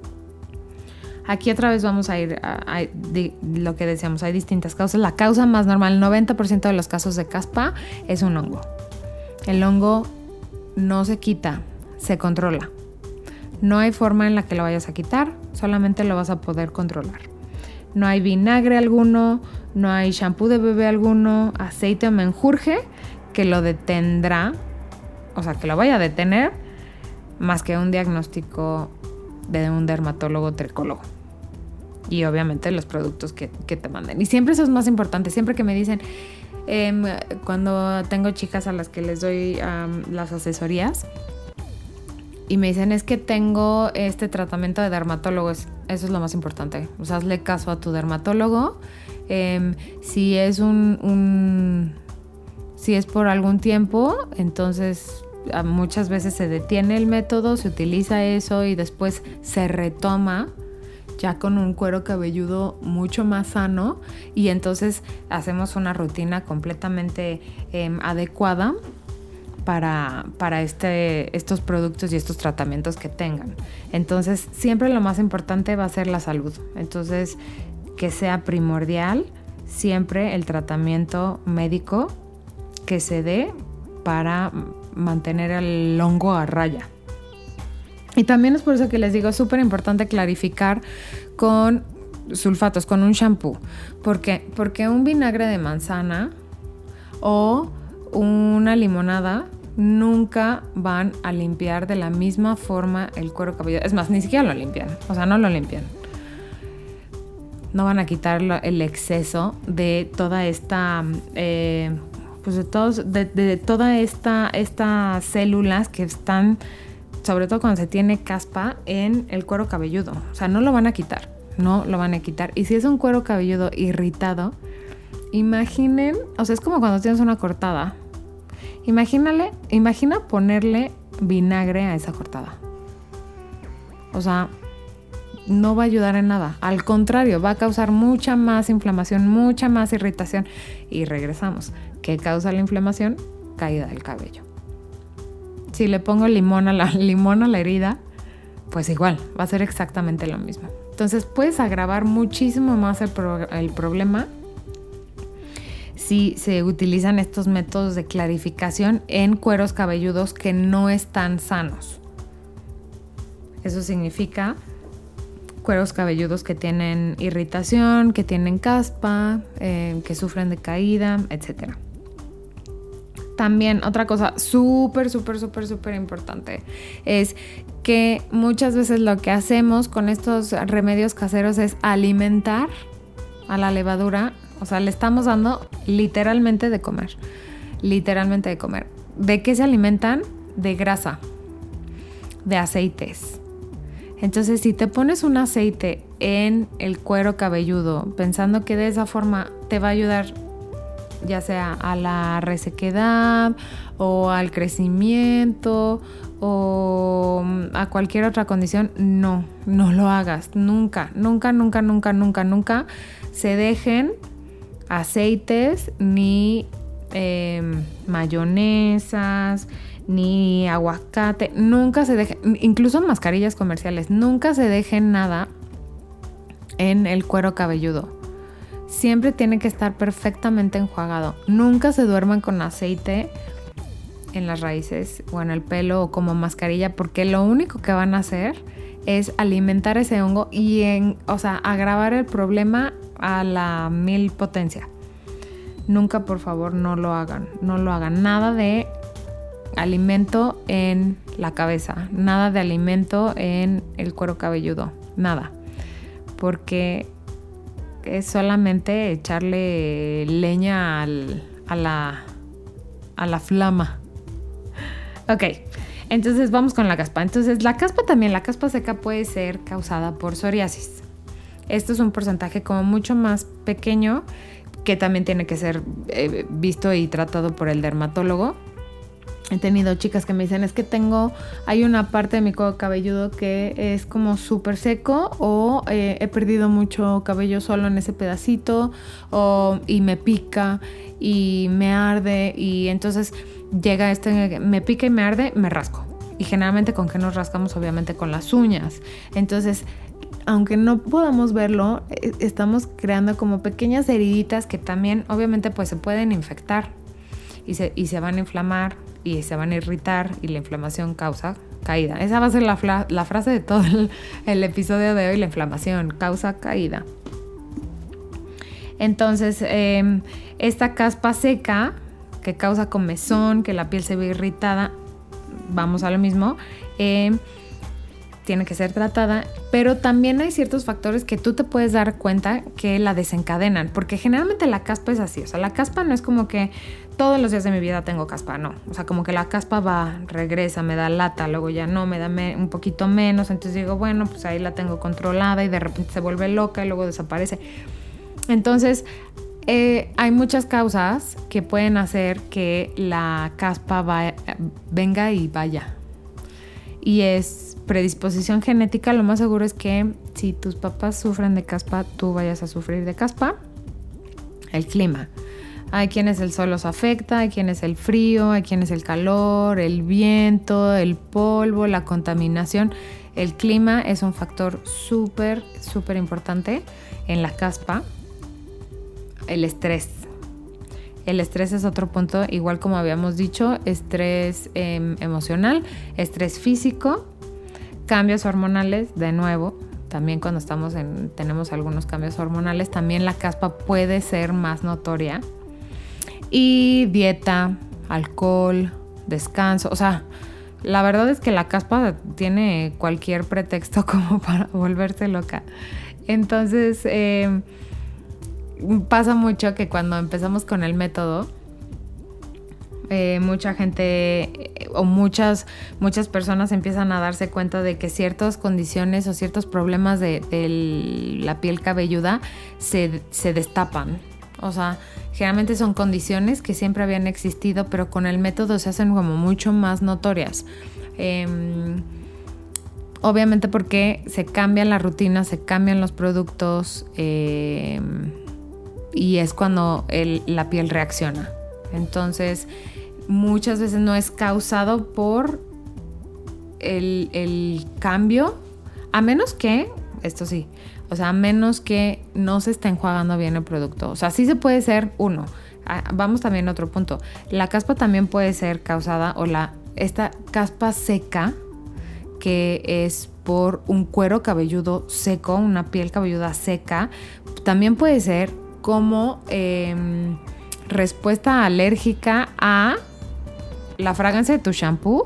Aquí otra vez vamos a ir a, a, a lo que decíamos, hay distintas causas. La causa más normal, el noventa por ciento de los casos de caspa es un hongo. El hongo no se quita, se controla. No hay forma en la que lo vayas a quitar, solamente lo vas a poder controlar. No hay vinagre alguno, no hay shampoo de bebé alguno, aceite o menjurje que lo detendrá, o sea, que lo vaya a detener, más que un diagnóstico de un dermatólogo tricólogo. Y obviamente los productos que, que te manden. Y siempre eso es más importante. Siempre que me dicen, eh, cuando tengo chicas a las que les doy um, las asesorías, y me dicen, es que tengo este tratamiento de dermatólogo, eso es lo más importante. O sea, hazle caso a tu dermatólogo. Eh, si es un, un, si es por algún tiempo, entonces muchas veces se detiene el método, se utiliza eso y después se retoma ya con un cuero cabelludo mucho más sano y entonces hacemos una rutina completamente eh, adecuada para, para este, estos productos y estos tratamientos que tengan. Entonces, siempre lo más importante va a ser la salud. Entonces, que sea primordial siempre el tratamiento médico que se dé para mantener el hongo a raya. Y también es por eso que les digo, es súper importante clarificar con sulfatos, con un shampoo. ¿Por qué? Porque un vinagre de manzana o una limonada nunca van a limpiar de la misma forma el cuero cabelludo. Es más, ni siquiera lo limpian. O sea, no lo limpian. No van a quitar el exceso de toda esta... Eh, pues de, todos, de, de toda esta estas células que están, sobre todo cuando se tiene caspa, en el cuero cabelludo. O sea, no lo van a quitar. No lo van a quitar. Y si es un cuero cabelludo irritado, imaginen... O sea, es como cuando tienes una cortada. Imagínale, imagina ponerle vinagre a esa cortada. O sea, no va a ayudar en nada. Al contrario, va a causar mucha más inflamación, mucha más irritación. Y regresamos. ¿Qué causa la inflamación? Caída del cabello. Si le pongo limón a la, limón a la herida, pues igual, va a ser exactamente lo mismo. Entonces puedes agravar muchísimo más el, pro, el problema si se utilizan estos métodos de clarificación en cueros cabelludos que no están sanos. Eso significa cueros cabelludos que tienen irritación, que tienen caspa, eh, que sufren de caída, etcétera. También otra cosa súper, súper, súper, súper importante es que muchas veces lo que hacemos con estos remedios caseros es alimentar a la levadura. O sea, le estamos dando literalmente de comer. Literalmente de comer. ¿De qué se alimentan? De grasa, de aceites. Entonces, si te pones un aceite en el cuero cabelludo pensando que de esa forma te va a ayudar ya sea a la resequedad o al crecimiento o a cualquier otra condición, no, no lo hagas. Nunca, nunca, nunca, nunca, nunca, nunca se dejen aceites ni eh, mayonesas ni aguacate, nunca se dejen, incluso mascarillas comerciales, nunca se dejen nada en el cuero cabelludo. Siempre tiene que estar perfectamente enjuagado. Nunca se duerman con aceite en las raíces o en el pelo o como mascarilla, porque lo único que van a hacer es alimentar ese hongo y en, o sea, agravar el problema a la mil potencia. Nunca, por favor, no lo hagan. No lo hagan. Nada de alimento en la cabeza, nada de alimento en el cuero cabelludo, nada, porque es solamente echarle leña al, a la a la flama. Ok, entonces vamos con la caspa. Entonces la caspa también, la caspa seca puede ser causada por psoriasis. Esto es un porcentaje como mucho más pequeño que también tiene que ser eh, visto y tratado por el dermatólogo. He tenido chicas que me dicen, es que tengo, hay una parte de mi cuero cabelludo que es como súper seco o eh, he perdido mucho cabello solo en ese pedacito o, y me pica y me arde y entonces llega este, me pica y me arde, me rasco. Y generalmente ¿con qué nos rascamos? Obviamente con las uñas. Entonces, aunque no podamos verlo, estamos creando como pequeñas heriditas que también obviamente pues se pueden infectar y se, y se van a inflamar y se van a irritar y la inflamación causa caída. Esa va a ser la, fla- la frase de todo el, el episodio de hoy, la inflamación causa caída. Entonces, eh, esta caspa seca que causa comezón, que la piel se ve irritada, vamos a lo mismo, eh, tiene que ser tratada, pero también hay ciertos factores que tú te puedes dar cuenta que la desencadenan, porque generalmente la caspa es así, o sea, la caspa no es como que todos los días de mi vida tengo caspa, no, o sea, como que la caspa va, regresa, me da lata, luego ya no, me da me- un poquito menos, entonces digo, bueno, pues ahí la tengo controlada y de repente se vuelve loca y luego desaparece. Entonces, eh, hay muchas causas que pueden hacer que la caspa va, venga y vaya, y es predisposición genética. Lo más seguro es que si tus papás sufren de caspa, tú vayas a sufrir de caspa. El clima. Hay quienes el sol los afecta, hay quienes el frío, hay quienes el calor, el viento, el polvo, la contaminación. El clima es un factor súper, súper importante en la caspa. El estrés. El estrés es otro punto, igual como habíamos dicho, estrés eh, emocional, estrés físico, cambios hormonales, de nuevo, también cuando estamos en, tenemos algunos cambios hormonales, también la caspa puede ser más notoria. Y dieta, alcohol, descanso, o sea, la verdad es que la caspa tiene cualquier pretexto como para volverse loca. Entonces, eh, pasa mucho que cuando empezamos con el método, Eh, mucha gente eh, o muchas, muchas personas empiezan a darse cuenta de que ciertas condiciones o ciertos problemas de, de la piel cabelluda se, se destapan. O sea, generalmente son condiciones que siempre habían existido, pero con el método se hacen como mucho más notorias. Eh, obviamente porque se cambian las rutinas, se cambian los productos eh, y es cuando el, la piel reacciona. Entonces, muchas veces no es causado por el, el cambio, a menos que, esto sí, o sea, a menos que no se esté enjuagando bien el producto. O sea, sí se puede ser uno. Vamos también a otro punto. La caspa también puede ser causada, o la esta caspa seca, que es por un cuero cabelludo seco, una piel cabelluda seca, también puede ser como eh, respuesta alérgica a la fragancia de tu shampoo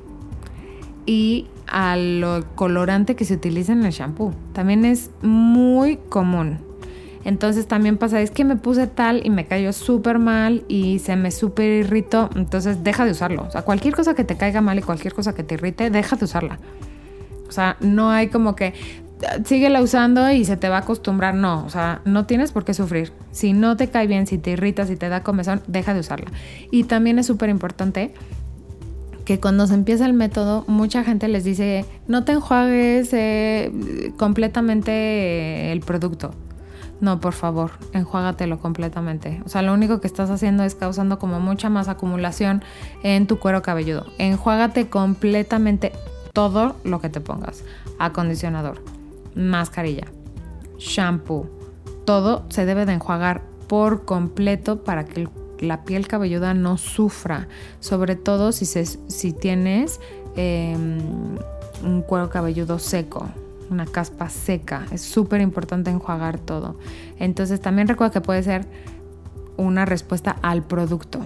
y al colorante que se utiliza en el shampoo. También es muy común. Entonces también pasa, es que me puse tal y me cayó súper mal y se me súper irritó, entonces deja de usarlo. O sea, cualquier cosa que te caiga mal y cualquier cosa que te irrite, deja de usarla. O sea, no hay como que síguela usando y se te va a acostumbrar. No, o sea, no tienes por qué sufrir. Si no te cae bien, si te irrita, si te da comezón, deja de usarla. Y también es súper importante que cuando se empieza el método, mucha gente les dice, no te enjuagues eh, completamente el producto. No, por favor, enjuágatelo completamente. O sea, lo único que estás haciendo es causando como mucha más acumulación en tu cuero cabelludo. Enjuágate completamente todo lo que te pongas. Acondicionador, mascarilla, shampoo, todo se debe de enjuagar por completo para que el la piel cabelluda no sufra, sobre todo si, se, si tienes eh, un cuero cabelludo seco, una caspa seca. Es súper importante enjuagar todo. Entonces también recuerda que puede ser una respuesta al producto.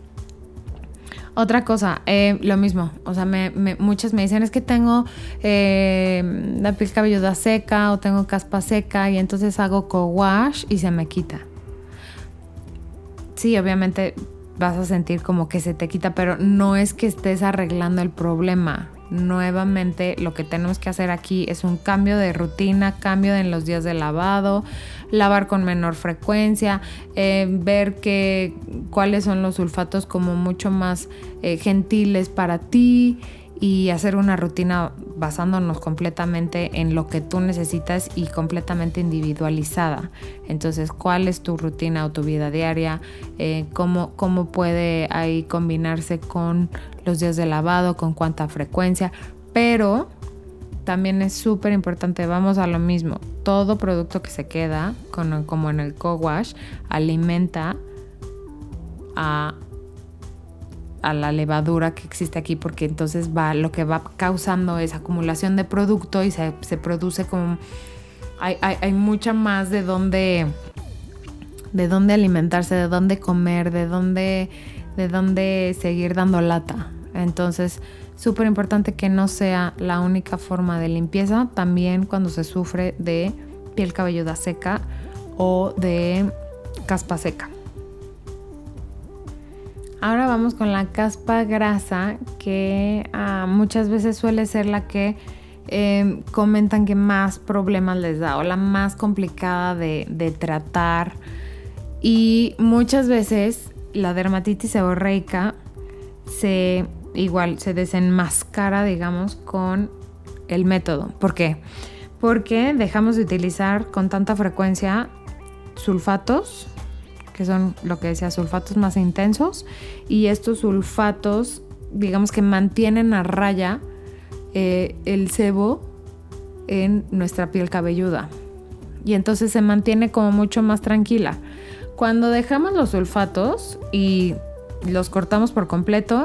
Otra cosa, eh, lo mismo, o sea, me, me, muchas me dicen es que tengo eh, la piel cabelluda seca o tengo caspa seca y entonces hago co-wash y se me quita. Sí, obviamente vas a sentir como que se te quita, pero no es que estés arreglando el problema. Nuevamente, lo que tenemos que hacer aquí es un cambio de rutina, cambio en los días de lavado, lavar con menor frecuencia, eh, ver que, cuáles son los sulfatos como mucho más eh, gentiles para ti y hacer una rutina basándonos completamente en lo que tú necesitas y completamente individualizada. Entonces, ¿cuál es tu rutina o tu vida diaria? Eh, ¿cómo, cómo puede ahí combinarse con los días de lavado, con cuánta frecuencia? Pero también es súper importante, vamos a lo mismo, todo producto que se queda, con, como en el co-wash, alimenta a a la levadura que existe aquí, porque entonces va, lo que va causando es acumulación de producto y se, se produce como hay, hay, hay mucha más de dónde de dónde alimentarse, de dónde comer, de dónde de dónde seguir dando lata. Entonces, súper importante que no sea la única forma de limpieza, también cuando se sufre de piel cabelluda seca o de caspa seca. Ahora vamos con la caspa grasa, que uh, muchas veces suele ser la que eh, comentan que más problemas les da o la más complicada de, de tratar. Y muchas veces la dermatitis seborreica se, igual, se desenmascara, digamos, con el método. ¿Por qué? Porque dejamos de utilizar con tanta frecuencia sulfatos, que son lo que decía, sulfatos más intensos, y estos sulfatos, digamos que mantienen a raya eh, el sebo en nuestra piel cabelluda, y entonces se mantiene como mucho más tranquila. Cuando dejamos los sulfatos y los cortamos por completo,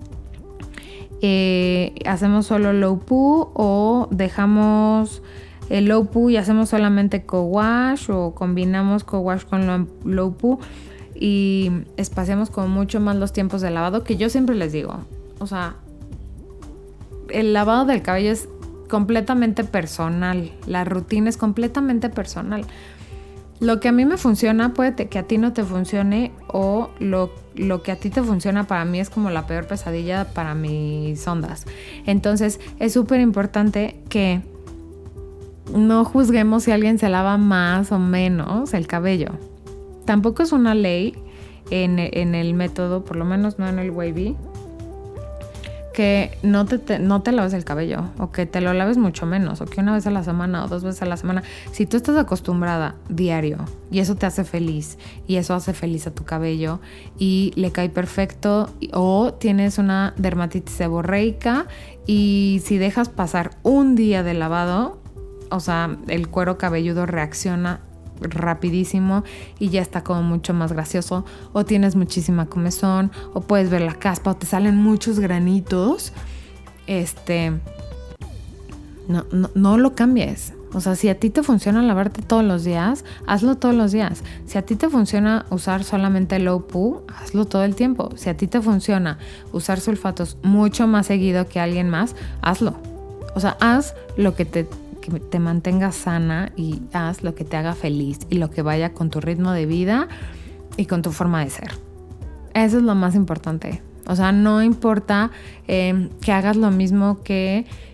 eh, hacemos solo low poo o dejamos el low poo y hacemos solamente co-wash o combinamos co-wash con low poo y espaciamos como mucho más los tiempos de lavado, que yo siempre les digo, o sea, el lavado del cabello es completamente personal, la rutina es completamente personal. Lo que a mí me funciona puede que a ti no te funcione, o lo, lo que a ti te funciona para mí es como la peor pesadilla para mis ondas. Entonces es súper importante que no juzguemos si alguien se lava más o menos el cabello. Tampoco es una ley en, en el método, por lo menos no en el wavy, que no te, te, no te laves el cabello o que te lo laves mucho menos o que una vez a la semana o dos veces a la semana. Si tú estás acostumbrada diario y eso te hace feliz y eso hace feliz a tu cabello y le cae perfecto, o tienes una dermatitis seborreica y si dejas pasar un día de lavado, o sea, el cuero cabelludo reacciona rapidísimo y ya está como mucho más gracioso, o tienes muchísima comezón, o puedes ver la caspa, o te salen muchos granitos, este no, no, no lo cambies. O sea, si a ti te funciona lavarte todos los días, hazlo todos los días. Si a ti te funciona usar solamente low poo, hazlo todo el tiempo. Si a ti te funciona usar sulfatos mucho más seguido que alguien más, hazlo. O sea, haz lo que te que te mantenga sana y haz lo que te haga feliz y lo que vaya con tu ritmo de vida y con tu forma de ser. Eso es lo más importante. O sea, no importa eh, que hagas lo mismo que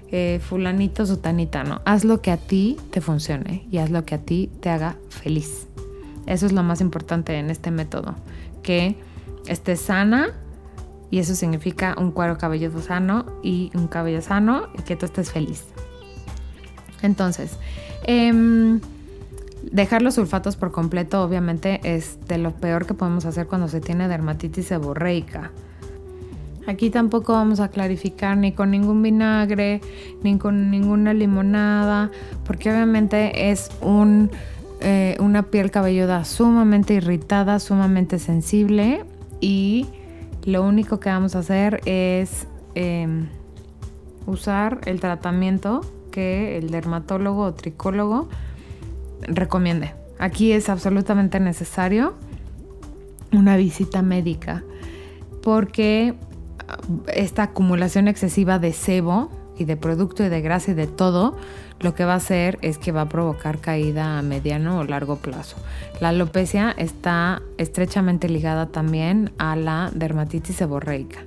eh, fulanito, sutanita, no. Haz lo que a ti te funcione y haz lo que a ti te haga feliz. Eso es lo más importante en este método, que estés sana, y eso significa un cuero cabelludo sano y un cabello sano y que tú estés feliz. Entonces, eh, dejar los sulfatos por completo obviamente es de lo peor que podemos hacer cuando se tiene dermatitis seborreica. Aquí tampoco vamos a clarificar ni con ningún vinagre, ni con ninguna limonada, porque obviamente es un, eh, una piel cabelluda sumamente irritada, sumamente sensible, y lo único que vamos a hacer es eh, usar el tratamiento que el dermatólogo o tricólogo recomiende. Aquí es absolutamente necesario una visita médica, porque esta acumulación excesiva de sebo y de producto y de grasa y de todo, lo que va a hacer es que va a provocar caída a mediano o largo plazo. La alopecia está estrechamente ligada también a la dermatitis seborreica.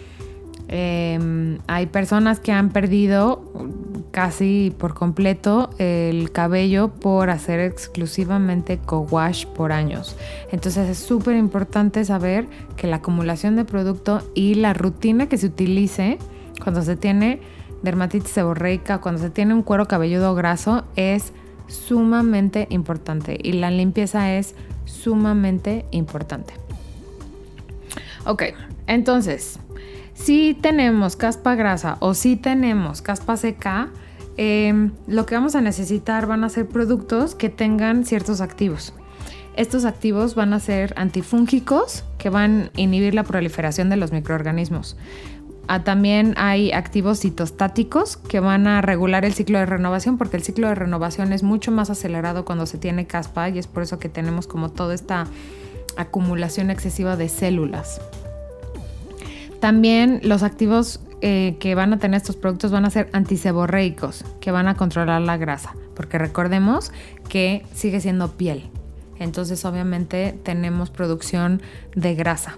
Eh, hay personas que han perdido casi por completo el cabello por hacer exclusivamente co-wash por años. Entonces es súper importante saber que la acumulación de producto y la rutina que se utilice cuando se tiene dermatitis seborreica, cuando se tiene un cuero cabelludo graso, es sumamente importante, y la limpieza es sumamente importante. Ok, entonces, si tenemos caspa grasa o si tenemos caspa seca, eh, lo que vamos a necesitar van a ser productos que tengan ciertos activos. Estos activos van a ser antifúngicos, que van a inhibir la proliferación de los microorganismos. Ah, también hay activos citostáticos que van a regular el ciclo de renovación, porque el ciclo de renovación es mucho más acelerado cuando se tiene caspa, y es por eso que tenemos como toda esta acumulación excesiva de células. También los activos eh, que van a tener estos productos van a ser antiseborreicos, que van a controlar la grasa, porque recordemos que sigue siendo piel. Entonces obviamente tenemos producción de grasa.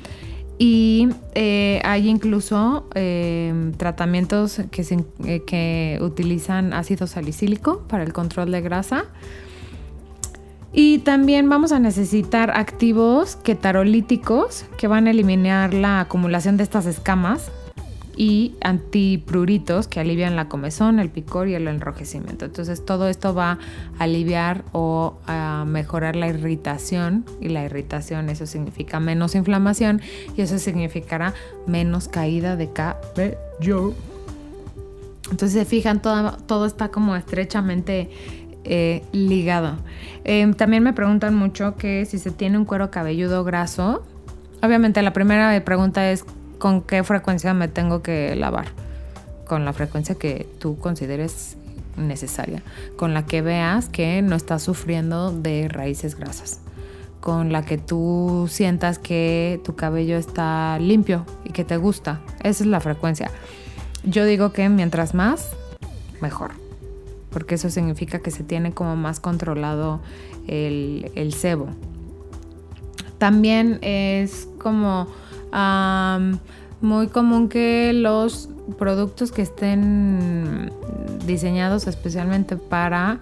Y eh, hay incluso eh, tratamientos que, se, eh, que utilizan ácido salicílico para el control de grasa. Y también vamos a necesitar activos ketarolíticos que van a eliminar la acumulación de estas escamas, y antipruritos que alivian la comezón, el picor y el enrojecimiento. Entonces todo esto va a aliviar o a mejorar la irritación, y la irritación, eso significa menos inflamación, y eso significará menos caída de cabello. Entonces se fijan, todo, todo está como estrechamente eh, ligado. Eh, también me preguntan mucho que si se tiene un cuero cabelludo graso, obviamente la primera pregunta es ¿con qué frecuencia me tengo que lavar? Con la frecuencia que tú consideres necesaria, con la que veas que no estás sufriendo de raíces grasas, con la que tú sientas que tu cabello está limpio y que te gusta. Esa es la frecuencia. Yo digo que mientras más, mejor, porque eso significa que se tiene como más controlado el, el sebo. También es como Um, muy común que los productos que estén diseñados especialmente para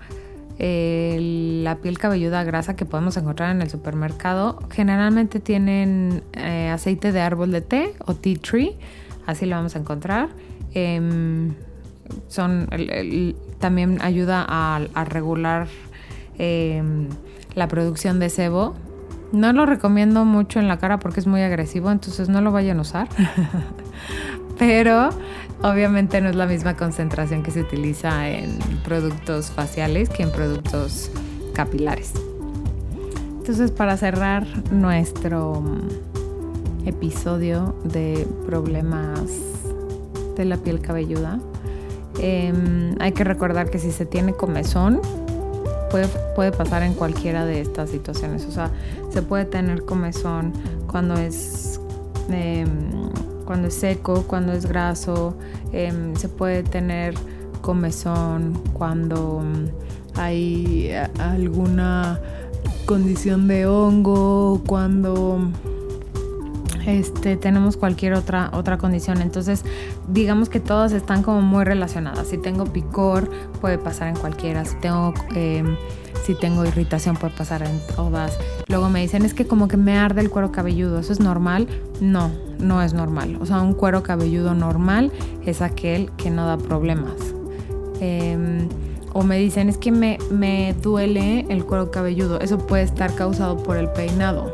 eh, la piel cabelluda grasa que podemos encontrar en el supermercado generalmente tienen eh, aceite de árbol de té o tea tree, así lo vamos a encontrar. Eh, son el, el, también ayuda a, a regular eh, la producción de sebo. No lo recomiendo mucho en la cara porque es muy agresivo, entonces no lo vayan a usar. Pero obviamente no es la misma concentración que se utiliza en productos faciales que en productos capilares. Entonces, para cerrar nuestro episodio de problemas de la piel cabelluda, eh, hay que recordar que si se tiene comezón, Puede, puede pasar en cualquiera de estas situaciones. O sea, se puede tener comezón cuando es, eh, cuando es seco, cuando es graso. Eh, se puede tener comezón cuando hay alguna condición de hongo, cuando Este, tenemos cualquier otra, otra condición. Entonces, digamos que todas están como muy relacionadas. Si tengo picor, puede pasar en cualquiera. Si tengo, eh, si tengo irritación, puede pasar en todas. Luego me dicen, es que como que me arde el cuero cabelludo. ¿Eso es normal? No, no es normal. O sea, un cuero cabelludo normal es aquel que no da problemas. Eh, o me dicen, es que me, me duele el cuero cabelludo. Eso puede estar causado por el peinado.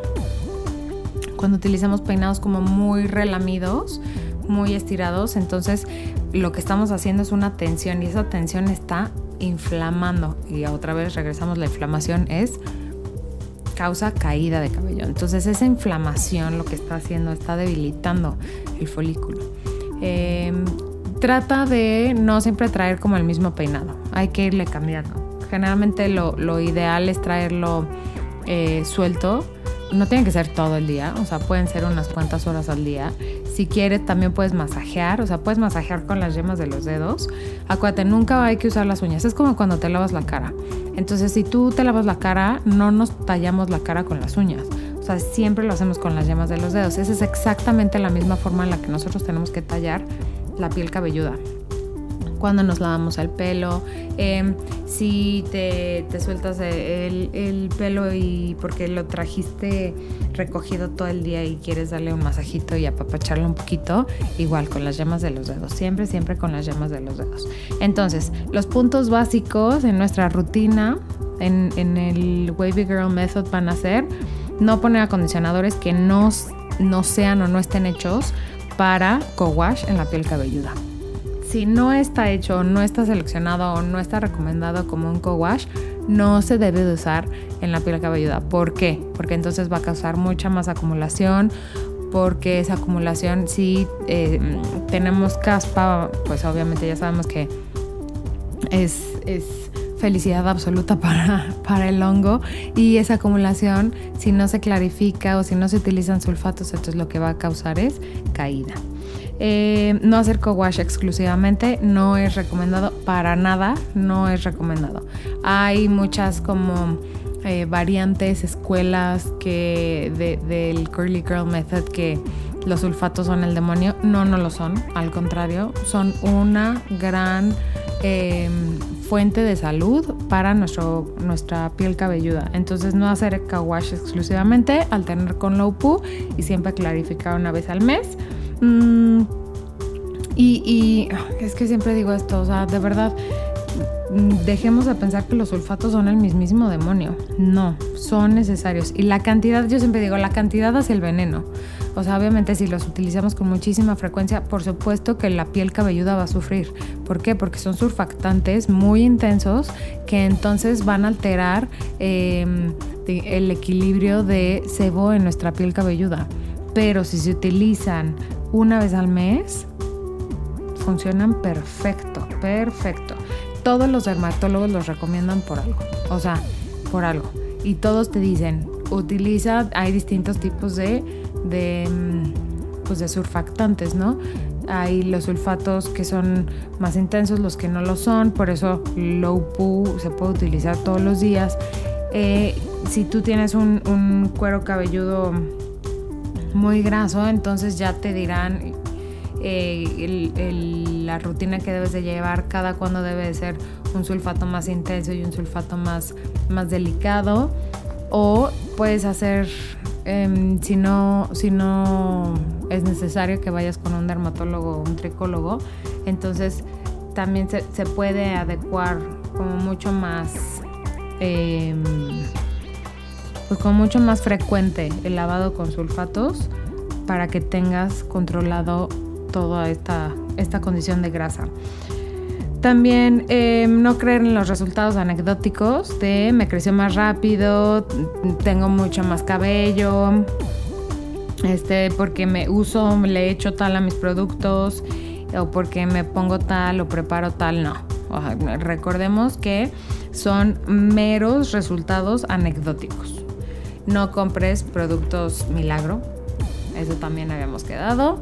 Cuando utilizamos peinados como muy relamidos, muy estirados, entonces lo que estamos haciendo es una tensión y esa tensión está inflamando. Y otra vez regresamos, la inflamación es causa caída de cabello. Entonces esa inflamación lo que está haciendo, está debilitando el folículo. Eh, trata de no siempre traer como el mismo peinado, hay que irle cambiando. Generalmente lo, lo ideal es traerlo eh, suelto. No tiene que ser todo el día, o sea, pueden ser unas cuantas horas al día. Si quieres, también puedes masajear, o sea, puedes masajear con las yemas de los dedos. Acuérdate, nunca hay que usar las uñas, es como cuando te lavas la cara. Entonces, si tú te lavas la cara, no nos tallamos la cara con las uñas. O sea, siempre lo hacemos con las yemas de los dedos. Esa es exactamente la misma forma en la que nosotros tenemos que tallar la piel cabelluda. Cuando nos lavamos el pelo, eh, si te, te sueltas el, el pelo y porque lo trajiste recogido todo el día y quieres darle un masajito y apapacharlo un poquito, igual con las yemas de los dedos, siempre, siempre con las yemas de los dedos. Entonces, los puntos básicos en nuestra rutina, en, en el Wavy Girl Method van a ser no poner acondicionadores que no, no sean o no estén hechos para co-wash en la piel cabelluda. Si no está hecho, no está seleccionado o no está recomendado como un co-wash, no se debe de usar en la piel cabelluda. ¿Por qué? Porque entonces va a causar mucha más acumulación, porque esa acumulación, si eh, tenemos caspa, pues obviamente ya sabemos que es, es felicidad absoluta para, para el hongo, y esa acumulación, si no se clarifica o si no se utilizan sulfatos, entonces lo que va a causar es caída. Eh, no hacer co-wash exclusivamente no es recomendado para nada, no es recomendado. Hay muchas como eh, variantes, escuelas que de, del Curly Girl Method que los sulfatos son el demonio. No, no lo son, al contrario, son una gran eh, fuente de salud para nuestro, nuestra piel cabelluda. Entonces no hacer co-wash exclusivamente, alternar con low poo y siempre clarificar una vez al mes. Mm, y, y es que siempre digo esto, o sea, de verdad, dejemos de pensar que los sulfatos son el mismísimo demonio. No, son necesarios. Y la cantidad, yo siempre digo, la cantidad hace el veneno. O sea, obviamente si los utilizamos con muchísima frecuencia, por supuesto que la piel cabelluda va a sufrir. ¿Por qué? Porque son surfactantes muy intensos que entonces van a alterar eh, el equilibrio de sebo en nuestra piel cabelluda. Pero si se utilizan una vez al mes, funcionan perfecto, perfecto. Todos los dermatólogos los recomiendan por algo, o sea, por algo. Y todos te dicen, utiliza, hay distintos tipos de, de, pues de surfactantes, ¿no? Hay los sulfatos que son más intensos, los que no lo son, por eso low poo se puede utilizar todos los días. Eh, si tú tienes un, un cuero cabelludo muy graso, entonces ya te dirán eh, el, el, la rutina que debes de llevar, cada cuándo debe de ser un sulfato más intenso y un sulfato más, más delicado. O puedes hacer, eh, si no, si no es necesario que vayas con un dermatólogo o un tricólogo, entonces también se, se puede adecuar como mucho más eh, pues como mucho más frecuente el lavado con sulfatos para que tengas controlado toda esta, esta condición de grasa. También eh, no creer en los resultados anecdóticos de me creció más rápido, tengo mucho más cabello, este, porque me uso, le echo tal a mis productos, o porque me pongo tal o preparo tal. No, o sea, recordemos que son meros resultados anecdóticos. No compres productos milagro, eso también habíamos quedado.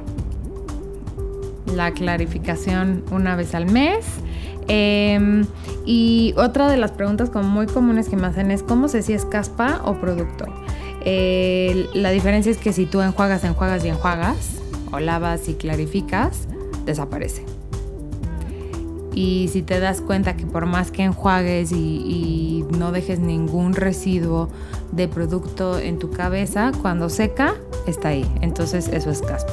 La clarificación una vez al mes. Eh, y otra de las preguntas como muy comunes que me hacen es ¿cómo sé si es caspa o producto? Eh, la diferencia es que si tú enjuagas, enjuagas y enjuagas, o lavas y clarificas, desaparece. Y si te das cuenta que por más que enjuagues y, y no dejes ningún residuo de producto en tu cabeza, cuando seca, está ahí. Entonces eso es caspa.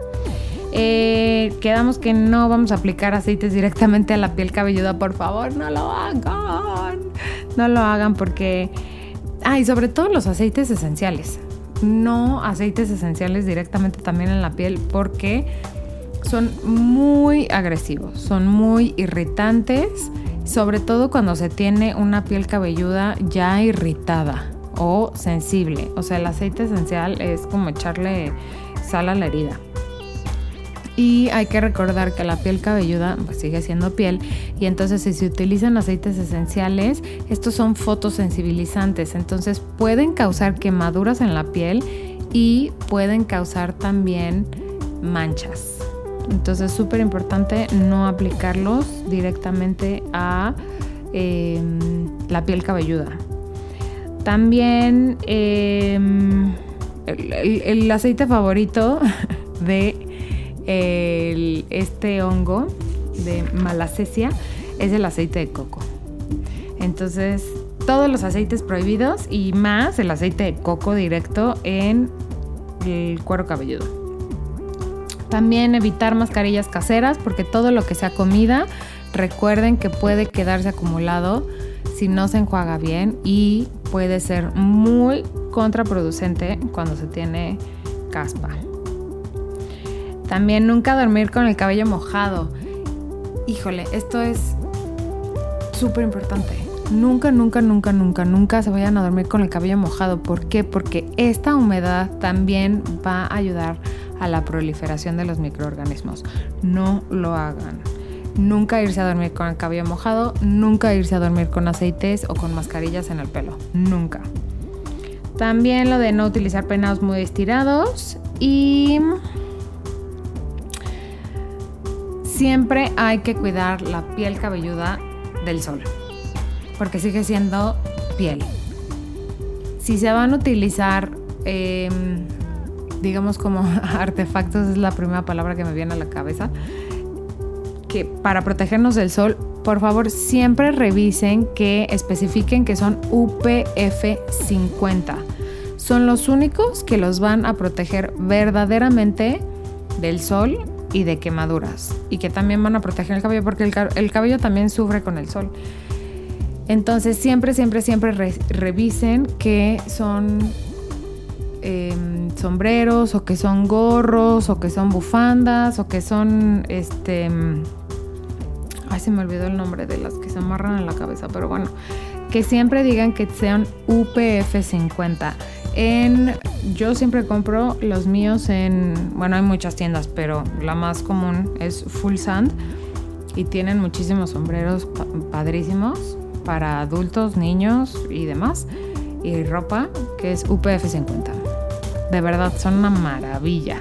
Eh, quedamos que no vamos a aplicar aceites directamente a la piel cabelluda. Por favor, no lo hagan. No lo hagan porque... Ah, y sobre todo los aceites esenciales. No aceites esenciales directamente también en la piel porque son muy agresivos, son muy irritantes, sobre todo cuando se tiene una piel cabelluda ya irritada o sensible. O sea, el aceite esencial es como echarle sal a la herida. Y hay que recordar que la piel cabelluda pues, sigue siendo piel, y entonces si se utilizan aceites esenciales, estos son fotosensibilizantes, entonces pueden causar quemaduras en la piel y pueden causar también manchas. Entonces es súper importante no aplicarlos directamente a eh, la piel cabelluda. También eh, el, el, el aceite favorito de El, este hongo de Malassezia es el aceite de coco. Entonces todos los aceites prohibidos y más el aceite de coco directo en el cuero cabelludo. También evitar mascarillas caseras porque todo lo que sea comida, recuerden que puede quedarse acumulado si no se enjuaga bien y puede ser muy contraproducente cuando se tiene caspa. También nunca dormir con el cabello mojado. Híjole, esto es súper importante. Nunca, nunca, nunca, nunca, nunca se vayan a dormir con el cabello mojado. ¿Por qué? Porque esta humedad también va a ayudar a la proliferación de los microorganismos. No lo hagan. Nunca irse a dormir con el cabello mojado. Nunca irse a dormir con aceites o con mascarillas en el pelo. Nunca. También lo de no utilizar peinados muy estirados y... siempre hay que cuidar la piel cabelluda del sol, porque sigue siendo piel. Si se van a utilizar, eh, digamos como artefactos, es la primera palabra que me viene a la cabeza, que para protegernos del sol, por favor siempre revisen que especifiquen que son U P F cincuenta. Son los únicos que los van a proteger verdaderamente del sol y de quemaduras, y que también van a proteger el cabello porque el, el cabello también sufre con el sol. Entonces siempre, siempre, siempre re, revisen que son eh, sombreros o que son gorros o que son bufandas o que son este ay se me olvidó el nombre de las que se amarran en la cabeza, pero bueno, que siempre digan que sean U P F cincuenta. En, yo siempre compro los míos en, bueno, hay muchas tiendas, pero la más común es Full Sand y tienen muchísimos sombreros pa- padrísimos para adultos, niños y demás, y ropa que es U P F cincuenta. De verdad, son una maravilla.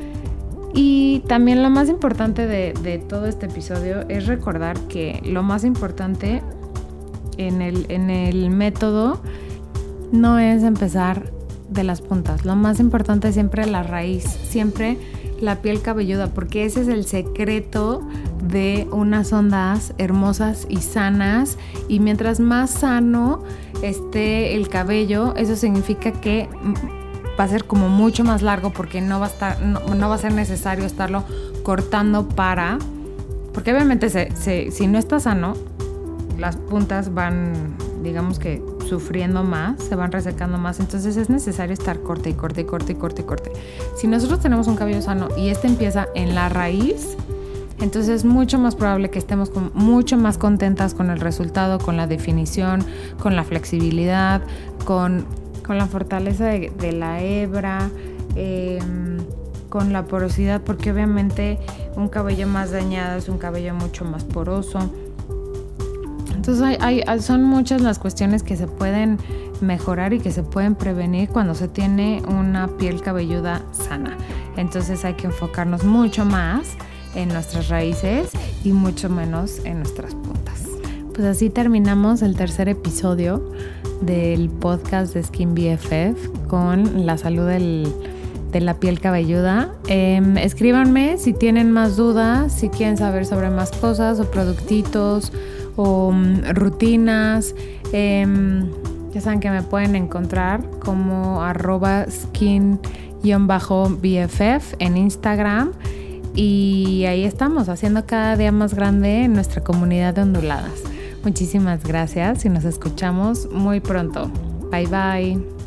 Y también lo más importante de, de todo este episodio es recordar que lo más importante en el, en el método no es empezar de las puntas. Lo más importante es siempre la raíz, siempre la piel cabelluda, porque ese es el secreto de unas ondas hermosas y sanas. Y mientras más sano esté el cabello, eso significa que va a ser como mucho más largo, porque no va a estar, no, no va a ser necesario estarlo cortando para, porque obviamente se, se, si no está sano, las puntas van, digamos que sufriendo más, se van resecando más, entonces es necesario estar corte y corte y corte y corte y corte. Si nosotros tenemos un cabello sano y este empieza en la raíz, entonces es mucho más probable que estemos con, mucho más contentas con el resultado, con la definición, con la flexibilidad, con, con la fortaleza de, de la hebra, eh, con la porosidad, porque obviamente un cabello más dañado es un cabello mucho más poroso. Entonces hay, hay, son muchas las cuestiones que se pueden mejorar y que se pueden prevenir cuando se tiene una piel cabelluda sana. Entonces hay que enfocarnos mucho más en nuestras raíces y mucho menos en nuestras puntas. pues así terminamos el tercer episodio del podcast de Skin B F F con la salud del, de la piel cabelluda. Eh, escríbanme si tienen más dudas, si quieren saber sobre más cosas o productitos o um, rutinas. Eh, ya saben que me pueden encontrar como arroba skin-B F F en Instagram. Y ahí estamos, haciendo cada día más grande nuestra comunidad de onduladas. Muchísimas gracias y nos escuchamos muy pronto. Bye bye.